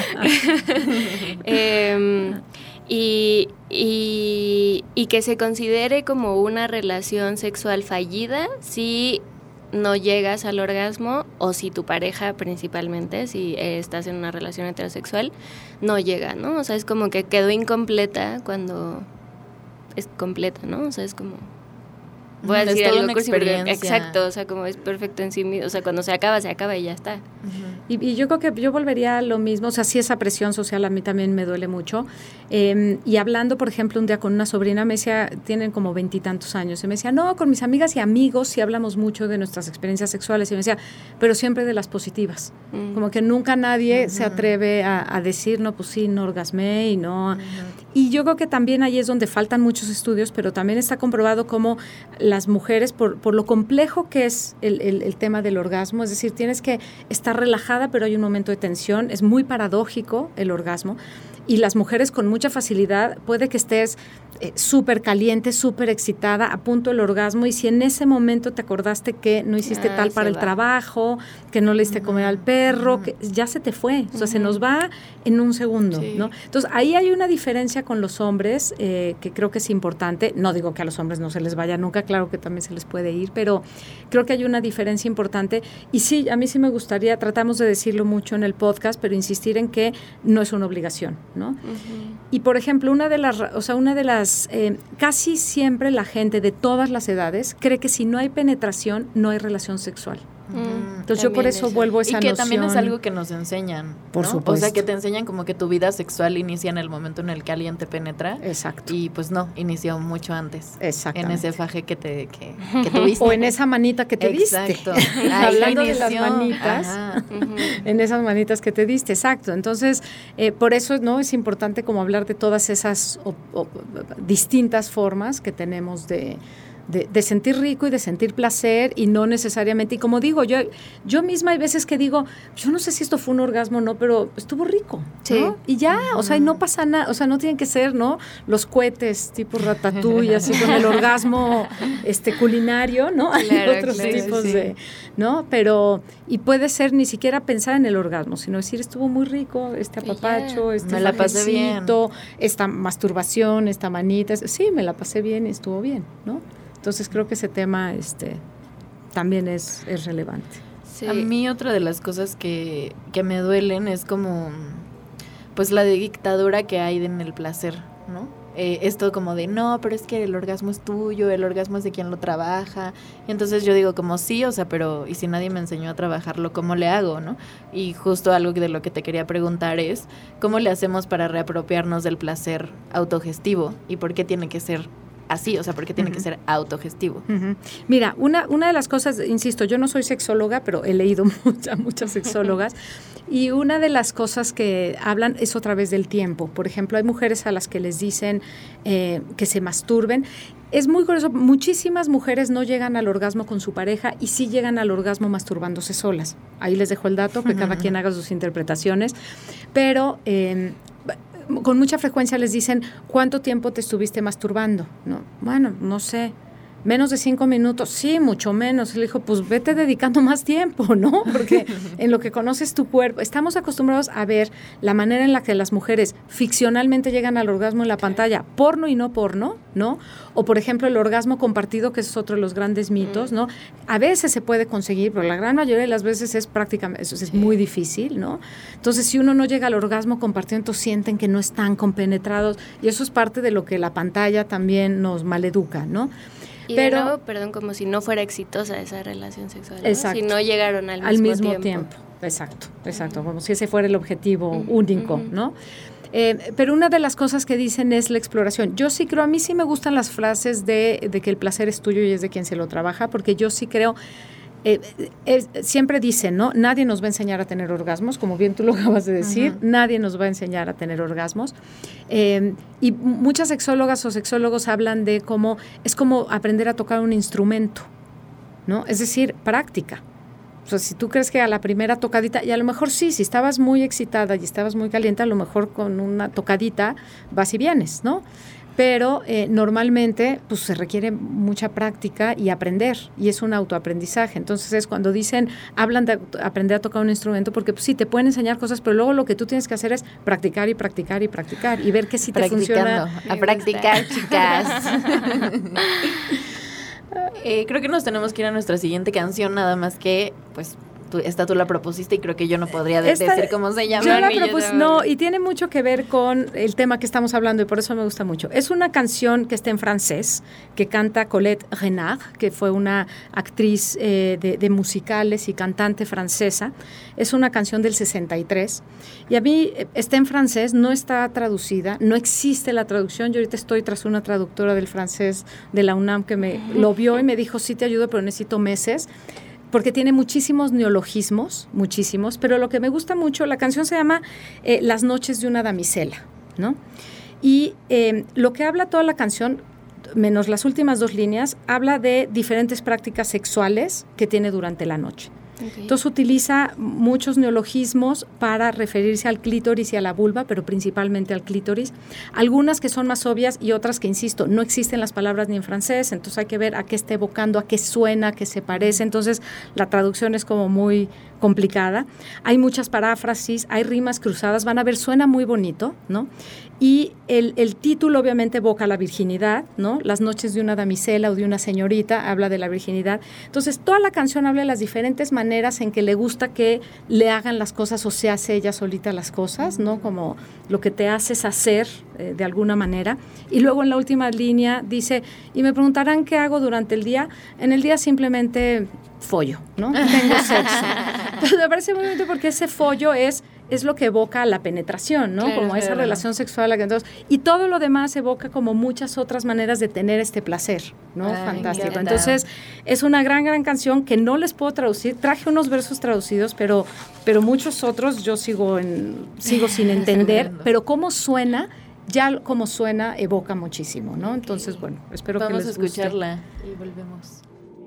eh, Y, y, y que se considere como una relación sexual fallida si no llegas al orgasmo o si tu pareja principalmente, si estás en una relación heterosexual, no llega, ¿no? O sea, es como que quedó incompleta cuando es completa, ¿no? O sea, es como... Voy a decir algo cursi, pero exacto, o sea, como es perfecto en sí mismo, o sea, cuando se acaba, se acaba y ya está. Uh-huh. Y, y yo creo que yo volvería a lo mismo, o sea, sí esa presión social a mí también me duele mucho. Eh, y hablando, por ejemplo, un día con una sobrina, me decía, tienen como veintitantos años, y me decía, no, con mis amigas y amigos sí hablamos mucho de nuestras experiencias sexuales, y me decía, pero siempre de las positivas. Uh-huh. Como que nunca nadie uh-huh. se atreve a, a decir, no, pues sí, no orgasmé y no... Uh-huh. Y yo creo que también ahí es donde faltan muchos estudios, pero también está comprobado cómo las mujeres, por, por lo complejo que es el, el, el tema del orgasmo, es decir, tienes que estar relajada, pero hay un momento de tensión, es muy paradójico el orgasmo, y las mujeres con mucha facilidad, puede que estés eh, súper caliente, súper excitada, a punto del orgasmo, y si en ese momento te acordaste que no hiciste ah, tal para el va. trabajo, que no le diste uh-huh. comer al perro, uh-huh. que ya se te fue, o sea, uh-huh. se nos va en un segundo, sí. ¿no? Entonces, ahí hay una diferencia con los hombres eh, que creo que es importante, no digo que a los hombres no se les vaya nunca, claro que también se les puede ir, pero creo que hay una diferencia importante, y sí, a mí sí me gustaría, tratamos de decirlo mucho en el podcast, pero insistir en que no es una obligación, ¿no? Uh-huh. Y por ejemplo, una de las, o sea, una de las, eh, casi siempre la gente de todas las edades cree que si no hay penetración, no hay relación sexual. Mm, Entonces yo por eso eso. vuelvo a esa Y que noción. también es algo que nos enseñan, Por ¿no? supuesto. O sea, que te enseñan como que tu vida sexual inicia en el momento en el que alguien te penetra. Exacto. Y pues no, inició mucho antes. Exactamente. En ese faje que te que, que tuviste. O en esa manita que te Exacto. diste. Ahí Hablando de inició. las manitas. Ajá. En esas manitas que te diste, exacto. Entonces, eh, por eso no es importante como hablar de todas esas o, o, distintas formas que tenemos de, de, de sentir rico y de sentir placer, y no necesariamente, y como digo, yo, yo misma hay veces que digo, yo no sé si esto fue un orgasmo o no, pero estuvo rico, Sí. ¿no? Y ya, o sea, y no pasa nada, o sea, no tienen que ser, ¿no? Los cohetes tipo Ratatouille, así con el orgasmo este culinario, ¿no? Hay Claro, otros claro, tipos sí. de, ¿no? Pero, y puede ser ni siquiera pensar en el orgasmo, sino decir, estuvo muy rico este Y ya. apapacho, este Me la pasé bien. fajecito, esta masturbación, esta manita, sí, me la pasé bien y estuvo bien, ¿no? Entonces creo que ese tema este también es, es relevante. Sí. A mí otra de las cosas que, que me duelen es como pues la dictadura que hay en el placer, ¿no? Eh, esto como de, no, pero es que el orgasmo es tuyo, el orgasmo es de quien lo trabaja. Y entonces yo digo como sí, o sea, pero ¿y si nadie me enseñó a trabajarlo, cómo le hago, no? Y justo algo de lo que te quería preguntar es, ¿cómo le hacemos para reapropiarnos del placer autogestivo? ¿Y por qué tiene que ser así? O sea, ¿por qué tiene uh-huh. que ser autogestivo? Uh-huh. Mira, una, una de las cosas, insisto, yo no soy sexóloga, pero he leído muchas, muchas sexólogas, y una de las cosas que hablan es otra vez del tiempo. Por ejemplo, hay mujeres a las que les dicen eh, que se masturben. Es muy curioso, muchísimas mujeres no llegan al orgasmo con su pareja y sí llegan al orgasmo masturbándose solas. Ahí les dejo el dato, que uh-huh. cada quien haga sus interpretaciones, pero Eh, con mucha frecuencia les dicen, ¿cuánto tiempo te estuviste masturbando? No, bueno, no sé, menos de cinco minutos, sí, mucho menos. Le dijo, pues vete dedicando más tiempo, ¿no? Porque en lo que conoces tu cuerpo, estamos acostumbrados a ver la manera en la que las mujeres ficcionalmente llegan al orgasmo en la pantalla, porno y no porno, ¿no? O, por ejemplo, el orgasmo compartido, que es otro de los grandes mitos, ¿no? A veces se puede conseguir, pero la gran mayoría de las veces es prácticamente, eso es muy difícil, ¿no? Entonces, si uno no llega al orgasmo compartido, entonces sienten que no están compenetrados, y eso es parte de lo que la pantalla también nos maleduca, ¿no? Y pero, de nuevo, perdón, como si no fuera exitosa esa relación sexual, ¿no? Exacto. Si no llegaron al mismo, al mismo tiempo. tiempo. Exacto, exacto, como si ese fuera el objetivo Uh-huh, único, uh-huh. ¿no? Eh, pero una de las cosas que dicen es la exploración. Yo sí creo, a mí sí me gustan las frases de, de que el placer es tuyo y es de quien se lo trabaja, porque yo sí creo, eh, eh, siempre dicen, ¿no? Nadie nos va a enseñar a tener orgasmos, como bien tú lo acabas de decir, uh-huh. nadie nos va a enseñar a tener orgasmos. Eh, y muchas sexólogas o sexólogos hablan de cómo es como aprender a tocar un instrumento, ¿no? Es decir, práctica. O sea, si tú crees que a la primera tocadita, y a lo mejor sí, si estabas muy excitada y estabas muy caliente, a lo mejor con una tocadita vas y vienes, ¿no? Pero eh, normalmente pues se requiere mucha práctica y aprender, y es un autoaprendizaje. Entonces es cuando dicen, hablan de aprender a tocar un instrumento, porque pues, sí, te pueden enseñar cosas, pero luego lo que tú tienes que hacer es practicar y practicar y practicar y ver que sí te funciona. A practicar, chicas. Eh, creo que nos tenemos que ir a nuestra siguiente canción, nada más que, pues, tú, esta tú la propusiste y creo que yo no podría de- Esta, decir cómo se llama. Yo la Ni yo propuse, tampoco. no, y tiene mucho que ver con el tema que estamos hablando y por eso me gusta mucho. Es una canción que está en francés, que canta Colette Renard, que fue una actriz eh, de, de musicales y cantante francesa. Es una canción del sesenta y tres y a mí eh, está en francés, no está traducida, no existe la traducción. Yo ahorita estoy tras una traductora del francés de la UNAM que me lo vio y me dijo, sí te ayudo, pero necesito meses, porque tiene muchísimos neologismos, muchísimos, pero lo que me gusta mucho, la canción se llama eh, Las noches de una damisela, ¿no? Y eh, lo que habla toda la canción, menos las últimas dos líneas, habla de diferentes prácticas sexuales que tiene durante la noche. Okay. Entonces utiliza muchos neologismos para referirse al clítoris y a la vulva, pero principalmente al clítoris. Algunas que son más obvias y otras que, insisto, no existen las palabras ni en francés, entonces hay que ver a qué está evocando, a qué suena, a qué se parece. Entonces la traducción es como muy complicada. Hay muchas paráfrasis, hay rimas cruzadas, van a ver, suena muy bonito, ¿no? Y el, el título obviamente evoca la virginidad, ¿no? Las noches de una damisela o de una señorita, habla de la virginidad. Entonces toda la canción habla de las diferentes maneras maneras en que le gusta que le hagan las cosas o se hace ella solita las cosas, ¿no? Como lo que te haces hacer eh, de alguna manera. Y luego en la última línea dice, y me preguntarán qué hago durante el día. En el día simplemente follo, ¿no? Tengo sexo. Entonces me parece muy bonito porque ese follo es... es lo que evoca la penetración, ¿no? Claro, como esa claro. relación sexual. La que entonces, y todo lo demás evoca como muchas otras maneras de tener este placer, ¿no? Ay, fantástico. Entonces, es una gran, gran canción que no les puedo traducir. Traje unos versos traducidos, pero, pero muchos otros yo sigo, en, sigo sin entender. Pero cómo suena, ya como suena, evoca muchísimo, ¿no? Entonces, bueno, espero Vamos que les guste. Vamos a escucharla guste. Y volvemos.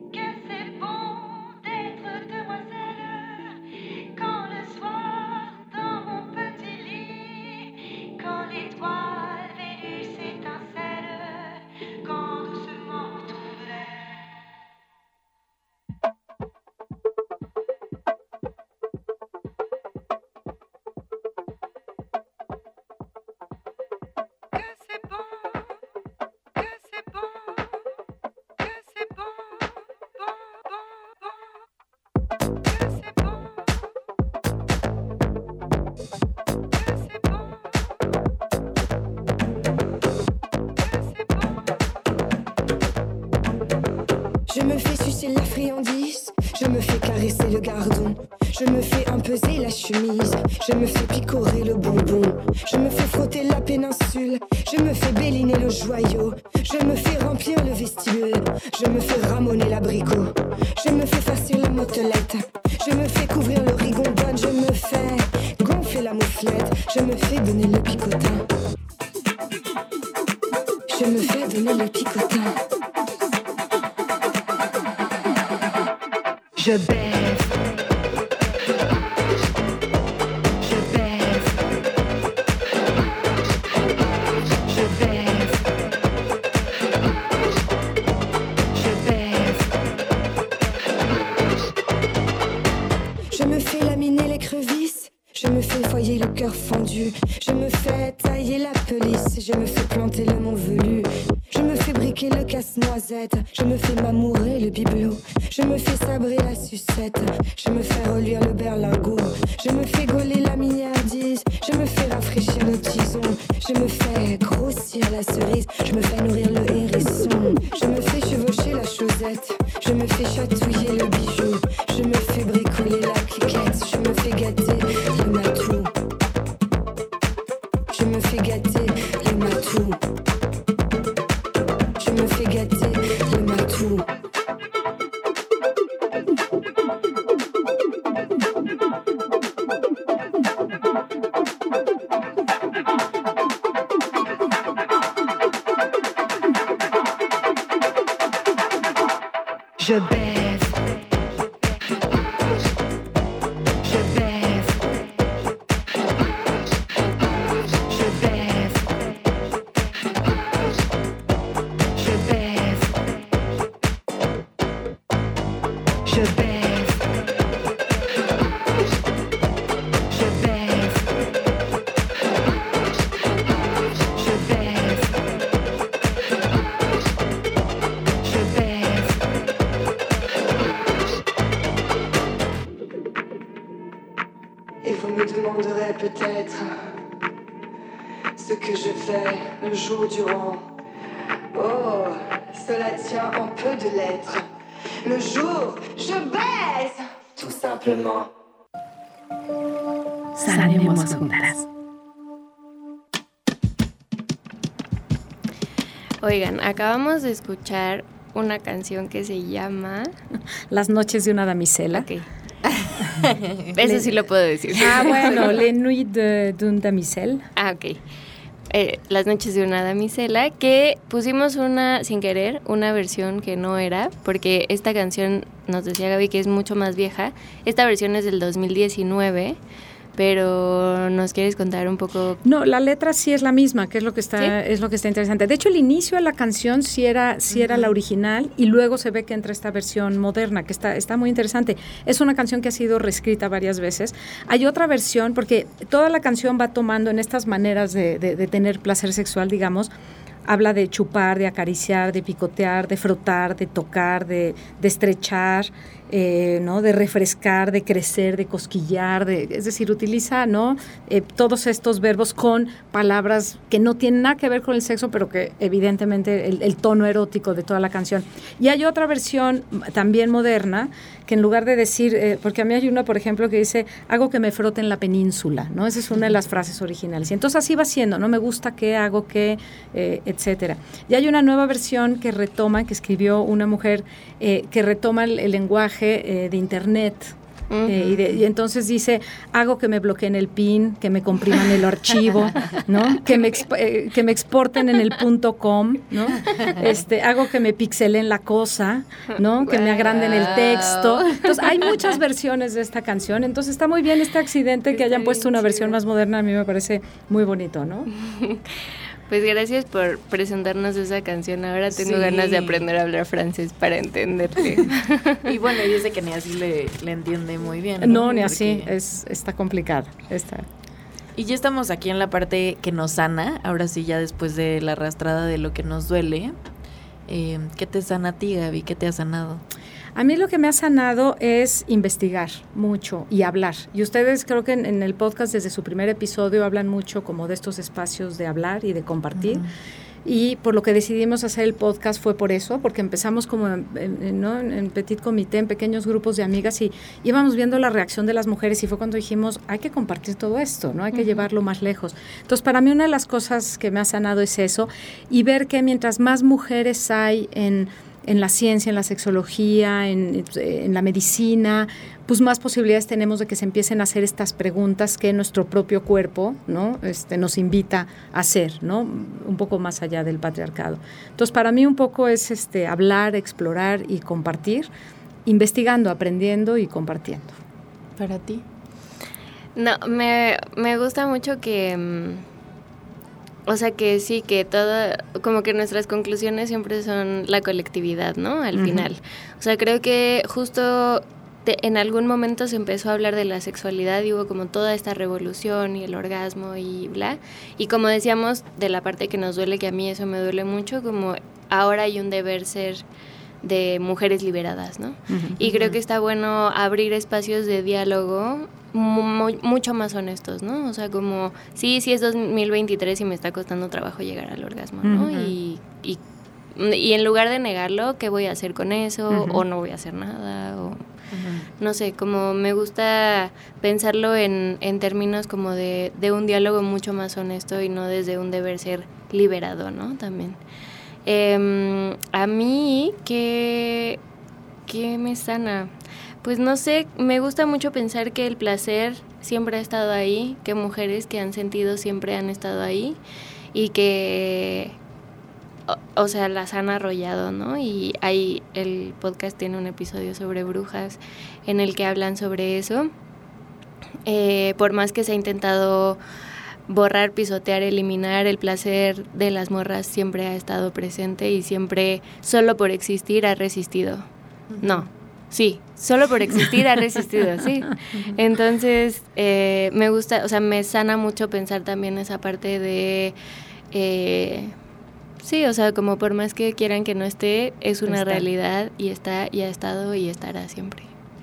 Je me fais sucer la friandise, je me fais caresser le gardon, je me fais empeser la chemise, je me fais picorer le bonbon, je me fais frotter la péninsule, je me fais béliner le joyau, je me fais remplir le vestibule, je me fais ramoner l'abricot, je me fais farcir la motelette, je me fais couvrir le rigondone, je me fais gonfler la mouflette, je me fais donner le picotin, je me fais donner le picotin. Je baise, je baise, je baise, je baise. Je me fais laminer l'écrevisse, je me fais foyer le cœur fendu, je me fais tailler la pelisse, je me fais planter le mont velu. Je me fais briquer le casse-noisette, je me fais m'amourer le bibelot, je me fais sabrer la sucette, je me fais reluire le berlingot, je me fais gauler la milliardise, je me fais rafraîchir le tison, je me fais grossir la cerise, je me fais nourrir le hérisson, je me fais chevaucher la chaussette, je me fais chatouiller le bijou, je me fais bricoler la cliquette, je me fais gâter le matou, je me fais gâter le matou. Je me fais gâter le matou. Je baise. Je baise. Je baise. Je baise, je baise, je baise, je baise, je baise. Et vous me demanderez peut-être ce que je fais le jour durant. Oh, cela tient en peu de lettres. Le jour, je baise, tout simplement. Sanemos juntas. Oigan, acabamos de escuchar una canción que se llama Las noches de una damisela. Ok. Eso sí lo puedo decir. Ah, bueno, Les nuits de, d'une damiselle. Ah, ok. Eh, Las noches de una damisela, que pusimos una, sin querer, una versión que no era, porque esta canción, nos decía Gaby, que es mucho más vieja. Esta versión es del dos mil diecinueve, pero ¿nos quieres contar un poco? No, la letra sí es la misma, que es lo que está, ¿sí? Es lo que está interesante. De hecho, el inicio de la canción sí era, sí uh-huh. era la original, y luego se ve que entra esta versión moderna, que está, está muy interesante. Es una canción que ha sido reescrita varias veces. Hay otra versión, porque toda la canción va tomando en estas maneras de, de, de tener placer sexual, digamos. Habla de chupar, de acariciar, de picotear, de frotar, de tocar, de, de estrechar. eh, ¿no? De refrescar, de crecer, de cosquillar, de, es decir, utiliza, ¿no? Eh, todos estos verbos con palabras que no tienen nada que ver con el sexo, pero que evidentemente el, el tono erótico de toda la canción. Y hay otra versión también moderna, que en lugar de decir, eh, porque a mí hay una, por ejemplo, que dice, hago que me frote en la península, ¿no? Esa es una de las frases originales. Y entonces así va siendo, ¿no? Me gusta que, hago que, eh, etcétera. Y hay una nueva versión que retoma, que escribió una mujer, eh, que retoma el, el lenguaje eh, de Internet. Uh-huh. Eh, y, de, y entonces dice, hago que me bloqueen el pin, que me compriman el archivo, ¿no? Que me, exp- eh, que me exporten en el punto com, ¿no? Este, hago que me pixelen la cosa, ¿no? Que me agranden el texto. Entonces hay muchas versiones de esta canción, entonces está muy bien este accidente que hayan puesto una versión más moderna, a mí me parece muy bonito, ¿no? Pues gracias por presentarnos esa canción. Ahora tengo sí. ganas de aprender a hablar francés para entenderte. Y bueno, yo sé que ni así le, le entiende muy bien. No, no ni Porque... así, es, está complicado. Está. Y ya estamos aquí en la parte que nos sana, ahora sí ya después de la arrastrada de lo que nos duele. Eh, ¿Qué te sana a ti, Gaby? ¿Qué te ha sanado? A mí lo que me ha sanado es investigar mucho y hablar. Y ustedes creo que en, en el podcast desde su primer episodio hablan mucho como de estos espacios de hablar y de compartir. Uh-huh. Y por lo que decidimos hacer el podcast fue por eso, porque empezamos como en, en, ¿no? en petit comité, en pequeños grupos de amigas y íbamos viendo la reacción de las mujeres y fue cuando dijimos, hay que compartir todo esto, ¿no? Hay que uh-huh. llevarlo más lejos. Entonces, para mí una de las cosas que me ha sanado es eso y ver que mientras más mujeres hay en... en la ciencia, en la sexología, en, en la medicina, pues más posibilidades tenemos de que se empiecen a hacer estas preguntas que nuestro propio cuerpo, ¿no? Este, nos invita a hacer, ¿no? Un poco más allá del patriarcado. Entonces, para mí un poco es este, hablar, explorar y compartir, investigando, aprendiendo y compartiendo. ¿Para ti? No, me, me gusta mucho que... O sea que sí, que todo, como que nuestras conclusiones siempre son la colectividad, ¿no? Al uh-huh. final. O sea, creo que justo te, en algún momento se empezó a hablar de la sexualidad y hubo como toda esta revolución y el orgasmo y bla. Y como decíamos, de la parte que nos duele, que a mí eso me duele mucho, como ahora hay un deber ser de mujeres liberadas, ¿no? Uh-huh. Y creo que está bueno abrir espacios de diálogo muy, mucho más honestos, ¿no? O sea, como, sí, sí es dos mil veintitrés y me está costando trabajo llegar al orgasmo, ¿no? Uh-huh. Y, y, y en lugar de negarlo, ¿qué voy a hacer con eso? Uh-huh. O no voy a hacer nada, o... Uh-huh. No sé, como me gusta pensarlo en, en términos como de, de un diálogo mucho más honesto y no desde un deber ser liberado, ¿no? También. Eh, a mí, ¿qué, ¿qué me sana? Pues no sé, me gusta mucho pensar que el placer siempre ha estado ahí, que mujeres que han sentido siempre han estado ahí y que, o, o sea, las han arrollado, ¿no? Y ahí el podcast tiene un episodio sobre brujas en el que hablan sobre eso. Eh, por más que se ha intentado borrar, pisotear, eliminar, el placer de las morras siempre ha estado presente y siempre, solo por existir, ha resistido. No, sí, solo por existir ha resistido, sí. Entonces, eh, me gusta, o sea, me sana mucho pensar también esa parte de... Eh, sí, o sea, como por más que quieran que no esté, es una está. realidad y está, y ha estado y estará siempre.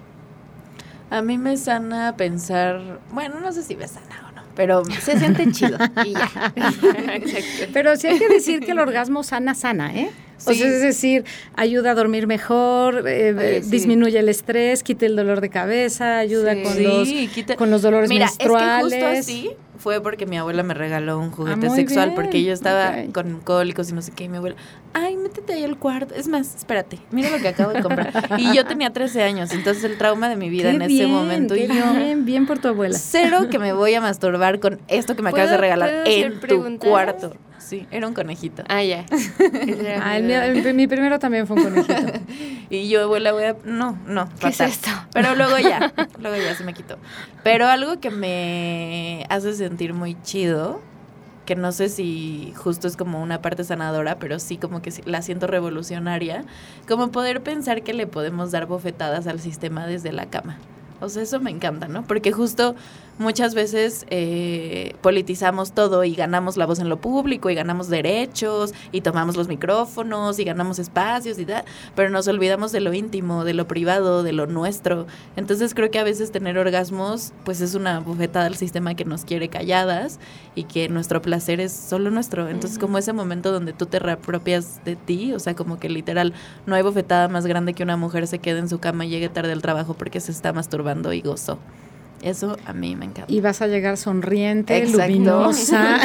A mí me sana pensar, bueno, no sé si me sana o no, pero se siente chido y ya. Exacto. Pero sí hay que decir que el orgasmo sana, sana, ¿eh? Sí. O sea, es decir, ayuda a dormir mejor, eh, Oye, sí. disminuye el estrés, quita el dolor de cabeza, ayuda sí. con, los, quita... con los dolores Mira, menstruales. Mira, es que justo así fue porque mi abuela me regaló un juguete ah, sexual, bien. porque yo estaba okay. con cólicos y no sé qué, y mi abuela, ay, métete ahí al cuarto, es más, espérate, mira lo que acabo de comprar. Y yo tenía trece años, entonces el trauma de mi vida qué en bien, ese momento. Qué y yo, bien, bien por tu abuela. Cero que me voy a masturbar con esto que me acabas de regalar en tu cuarto. Sí, era un conejito. Ah, ya. ah, el, el, mi primero también fue un conejito. Y yo, abuela, voy a... No, no, ¿qué fatal. es esto? Pero luego ya, luego ya se me quitó. Pero algo que me hace sentir muy chido, que no sé si justo es como una parte sanadora, pero sí como que la siento revolucionaria, como poder pensar que le podemos dar bofetadas al sistema desde la cama. O sea, eso me encanta, ¿no? Porque justo muchas veces eh, politizamos todo y ganamos la voz en lo público y ganamos derechos y tomamos los micrófonos y ganamos espacios y tal, pero nos olvidamos de lo íntimo, de lo privado, de lo nuestro. Entonces creo que a veces tener orgasmos pues es una bofetada al sistema que nos quiere calladas y que nuestro placer es solo nuestro. Entonces, uh-huh. como ese momento donde tú te reapropias de ti, o sea, como que literal no hay bofetada más grande que una mujer se quede en su cama y llegue tarde al trabajo porque se está masturbando y gozó. Eso a mí me encanta. Y vas a llegar sonriente, exacto. luminosa.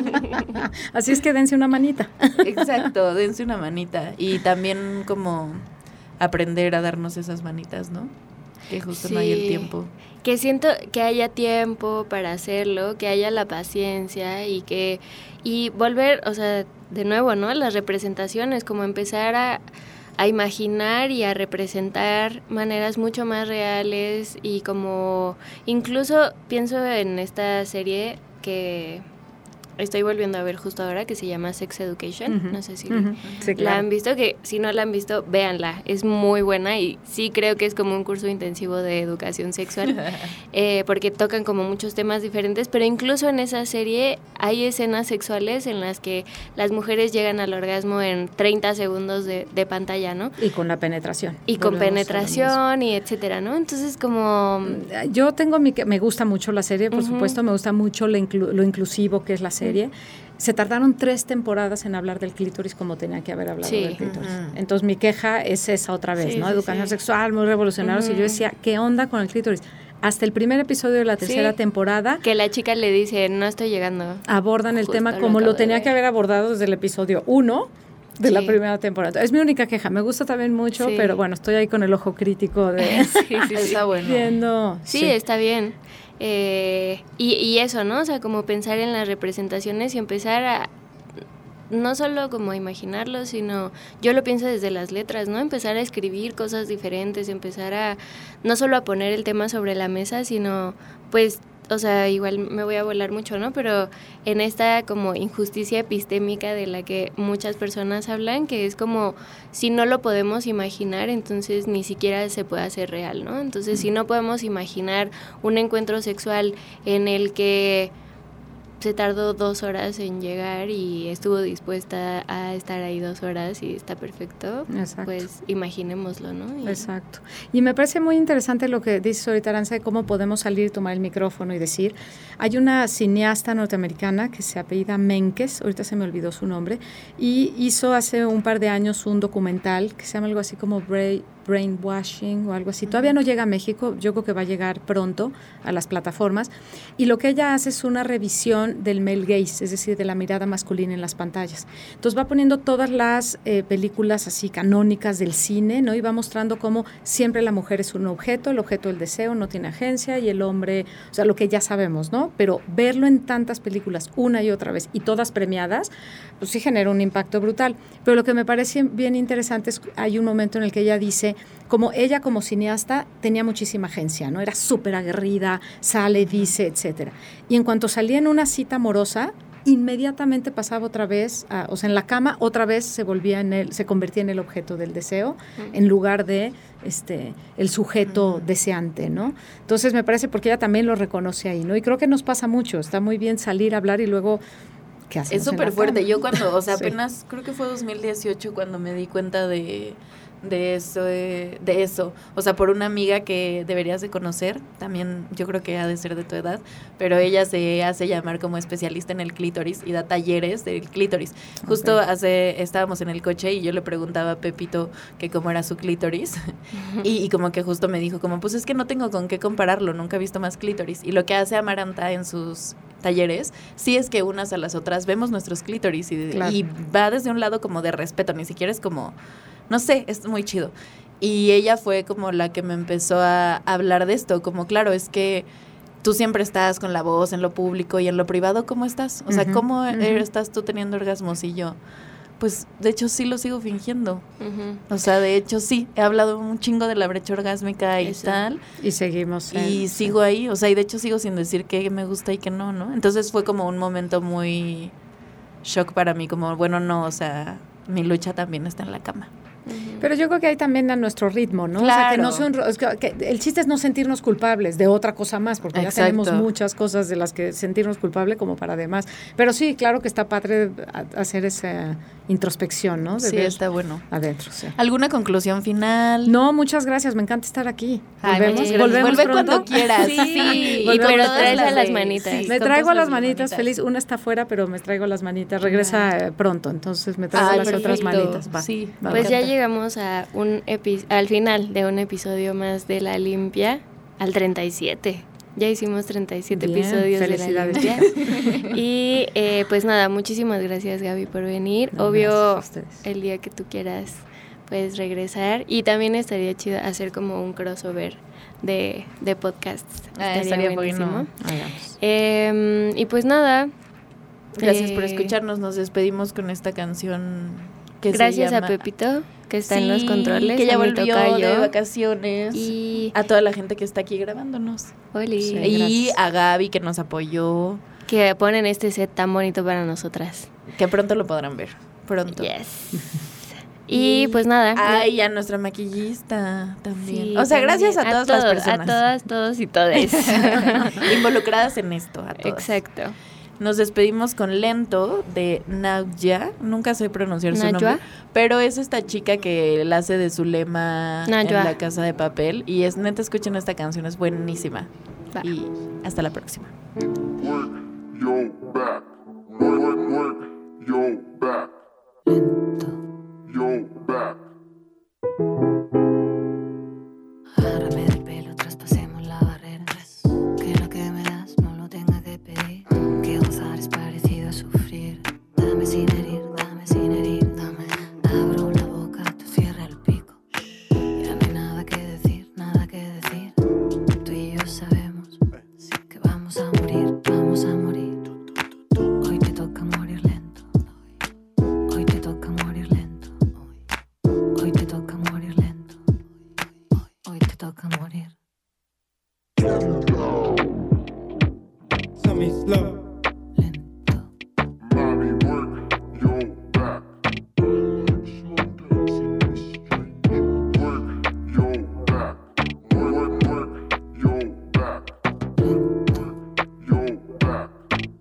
Así es que dense una manita. Exacto, dense una manita. Y también como aprender a darnos esas manitas, ¿no? Que justo sí. no hay el tiempo. Que siento que haya tiempo para hacerlo, que haya la paciencia y que y volver, o sea, de nuevo, ¿no? Las representaciones, como empezar a, a imaginar y a representar maneras mucho más reales y como incluso pienso en esta serie que estoy volviendo a ver justo ahora, que se llama Sex Education, uh-huh. no sé si uh-huh. sí, claro. la han visto, que si no la han visto, véanla, es muy buena y sí creo que es como un curso intensivo de educación sexual, eh, porque tocan como muchos temas diferentes, pero incluso en esa serie hay escenas sexuales en las que las mujeres llegan al orgasmo en treinta segundos de, de pantalla, ¿no? Y con la penetración. Y con penetración y etcétera, ¿no? Entonces como... Yo tengo mi... me gusta mucho la serie, por uh-huh. supuesto, me gusta mucho lo, inclu- lo inclusivo que es la serie. Se tardaron tres temporadas en hablar del clítoris como tenía que haber hablado sí. del clítoris. Uh-huh. Entonces mi queja es esa otra vez, sí, ¿no? Sí, Educación sí. sexual, muy revolucionarios. Uh-huh. Y yo decía, ¿qué onda con el clítoris? Hasta el primer episodio de la tercera sí. temporada. Que la chica le dice, no estoy llegando. Abordan el Justo tema como lo, lo tenía que haber abordado desde el episodio uno de sí. la primera temporada. Es mi única queja. Me gusta también mucho, sí. pero bueno, estoy ahí con el ojo crítico de... sí, sí, sí. Está bueno. Viendo, sí, sí, está bien. Eh, y, y eso, ¿no? O sea, como pensar en las representaciones y empezar a no solo como imaginarlo, sino yo lo pienso desde las letras, ¿no? Empezar a escribir cosas diferentes, empezar a no solo a poner el tema sobre la mesa, sino pues, o sea, igual me voy a volar mucho, ¿no? Pero en esta como injusticia epistémica de la que muchas personas hablan, que es como si no lo podemos imaginar, entonces ni siquiera se puede hacer real, ¿no? Entonces, si no podemos imaginar un encuentro sexual en el que se tardó dos horas en llegar y estuvo dispuesta a estar ahí dos horas y está perfecto, exacto. pues imaginémoslo, ¿no? Y exacto. Y me parece muy interesante lo que dices ahorita, Aranza, de cómo podemos salir y tomar el micrófono y decir. Hay una cineasta norteamericana que se apellida Menkes, ahorita se me olvidó su nombre, y hizo hace un par de años un documental que se llama algo así como Brain brainwashing o algo así. Todavía no llega a México, yo creo que va a llegar pronto a las plataformas. Y lo que ella hace es una revisión del male gaze, es decir, de la mirada masculina en las pantallas. Entonces va poniendo todas las eh, películas así canónicas del cine, ¿no? Y va mostrando cómo siempre la mujer es un objeto, el objeto del deseo, no tiene agencia, y el hombre, o sea, lo que ya sabemos, ¿no? Pero verlo en tantas películas una y otra vez y todas premiadas, pues sí genera un impacto brutal. Pero lo que me parece bien interesante es hay un momento en el que ella dice como ella como cineasta tenía muchísima agencia, ¿no? Era súper aguerrida, sale, dice, etcétera. Y en cuanto salía en una cita amorosa, inmediatamente pasaba otra vez, a, o sea, en la cama, otra vez se volvía en el, se convertía en el objeto del deseo, uh-huh. en lugar de este el sujeto uh-huh. deseante, ¿no? Entonces me parece porque ella también lo reconoce ahí, ¿no? Y creo que nos pasa mucho, está muy bien salir a hablar y luego ¿qué hacemos? Es súper fuerte. Yo cuando, o sea, sí. apenas creo que fue dos mil dieciocho cuando me di cuenta de de eso, de, de eso, o sea, por una amiga que deberías de conocer, también yo creo que ha de ser de tu edad, pero ella se hace llamar como especialista en el clítoris y da talleres del clítoris. Justo okay. hace, estábamos en el coche y yo le preguntaba a Pepito que cómo era su clítoris uh-huh. y, y como que justo me dijo como, pues es que no tengo con qué compararlo, nunca he visto más clítoris. Y lo que hace Amaranta en sus talleres, sí es que unas a las otras vemos nuestros clítoris y, claro. y va desde un lado como de respeto, ni siquiera es como... No sé, es muy chido. Y ella fue como la que me empezó a hablar de esto, como claro, es que tú siempre estás con la voz en lo público y en lo privado, ¿cómo estás? O sea, uh-huh, ¿cómo uh-huh. estás tú teniendo orgasmos? Y yo, pues, de hecho sí lo sigo fingiendo. Uh-huh. O sea, de hecho sí, he hablado un chingo de la brecha orgásmica y Eso. tal. Y seguimos. En, y sigo sí. ahí, o sea, y de hecho sigo sin decir que me gusta y que no, ¿no? Entonces fue como un momento muy shock para mí, como, bueno, no, o sea, mi lucha también está en la cama. Pero yo creo que hay también a nuestro ritmo, ¿no? Claro. O sea, que no son, es que, que el chiste es no sentirnos culpables de otra cosa más, porque Exacto. ya tenemos muchas cosas de las que sentirnos culpable como para demás. Pero sí, claro que está padre hacer esa introspección, ¿no? De Sí, ver está bueno. adentro, sí. ¿Alguna conclusión final? No, muchas gracias, me encanta estar aquí. Ay, ¿Volvemos? muchas gracias. ¿Volvemos Vuelve pronto? cuando quieras. Sí, Sí, y pero todas traes a de- las manitas. sí, Me con traigo a todas las manitas, feliz. Una está afuera, pero me traigo las manitas. Regresa eh, pronto, entonces me traigo Ay, las otras perfecto. manitas. Va, Sí, va, Pues va. ya llegamos a un epi- al final de un episodio más de La Limpia, al treinta y siete. Ya hicimos treinta y siete Bien, episodios de La felicidades, Limpia. Y eh, pues nada, muchísimas gracias, Gaby, por venir. No, Obvio, gracias a ustedes. el día que tú quieras puedes regresar. Y también estaría chido hacer como un crossover de, de podcasts. Ah, estaría bueno. Hagamos. Eh, y pues nada. Gracias eh, por escucharnos. Nos despedimos con esta canción que Gracias se a llama... Pepito, que está Sí, en los controles. que ya a mi volvió tocayo. de vacaciones. Y A toda la gente que está aquí grabándonos. Oli, Sí. Y gracias. a Gaby que nos apoyó. que ponen este set tan bonito para nosotras. Que pronto lo podrán ver. Pronto. Yes. Y pues nada. Ay, a nuestra maquillista también. Sí, o sea, también. gracias a A todas todo- las personas A todas, todos y todes. involucradas en esto. A todas. Exacto. Nos despedimos con Lento de Najwa. Nunca sé pronunciar su Najwa. nombre. Pero es esta chica que la hace de Zulema Najwa. en La Casa de Papel. Y es neta, escuchen esta canción, es buenísima. Va. Y hasta la próxima. Work your back. Work, work, work your back. Your back. Agárrame del pelo, traspasemos la barrera. Que lo que me das no lo tenga que pedir. Que gozar es parecido a sufrir. Dame sin herir, dame sin herir, dame. Abro la boca, tú cierra el pico. Ya no hay nada que decir, nada que decir. Tú y yo sabemos que vamos a morir, vamos a morir. Hoy te toca morir lento. Hoy te toca morir lento. Hoy te toca morir lento. Hoy te toca morir. Tell me slow. Lento. Mommy, work your back. Work your back. Work, work, work your back. Your back.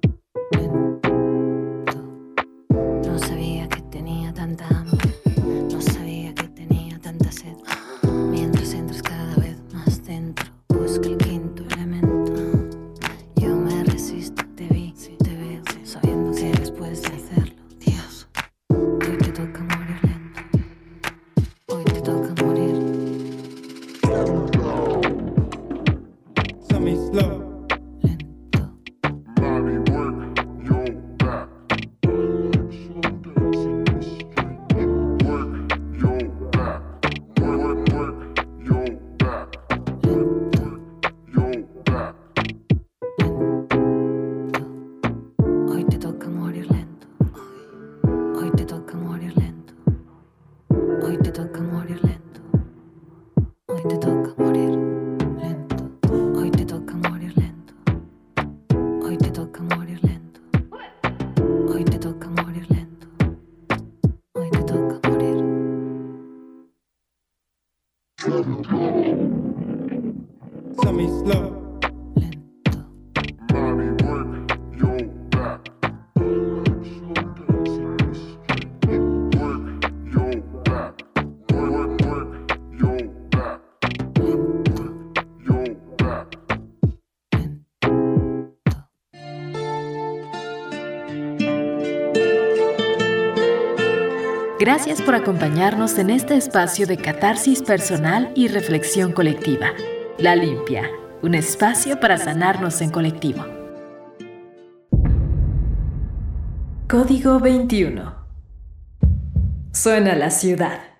No sabía que tenía tanta hambre, no sabía que tenía tanta sed. Mientras entras cada vez más dentro, busca el quinto elemento. Yo me resisto, te vi, te veo, sabiendo que después de hacerlo, Dios, hoy te toca morir lento. Hoy te toca morir. Tell me slow. Lento. Mommy, work your back. Work your back. Work, work, work your back. Your back. Hoy te toca morir lento. Hoy te toca morir lento. Hoy te toca morir lento. Hoy te toca morir lento. Hoy te toca morir lento. Hoy te toca morir lento. Hoy te toca morir lento. Hoy te toca morir. Tell me slow. Lento. Mommy, work your back. Work your back. Work, work your back. Your back. Gracias por acompañarnos en este espacio de catarsis personal y reflexión colectiva. La Limpia, un espacio para sanarnos en colectivo. Código veintiuno. Suena la ciudad.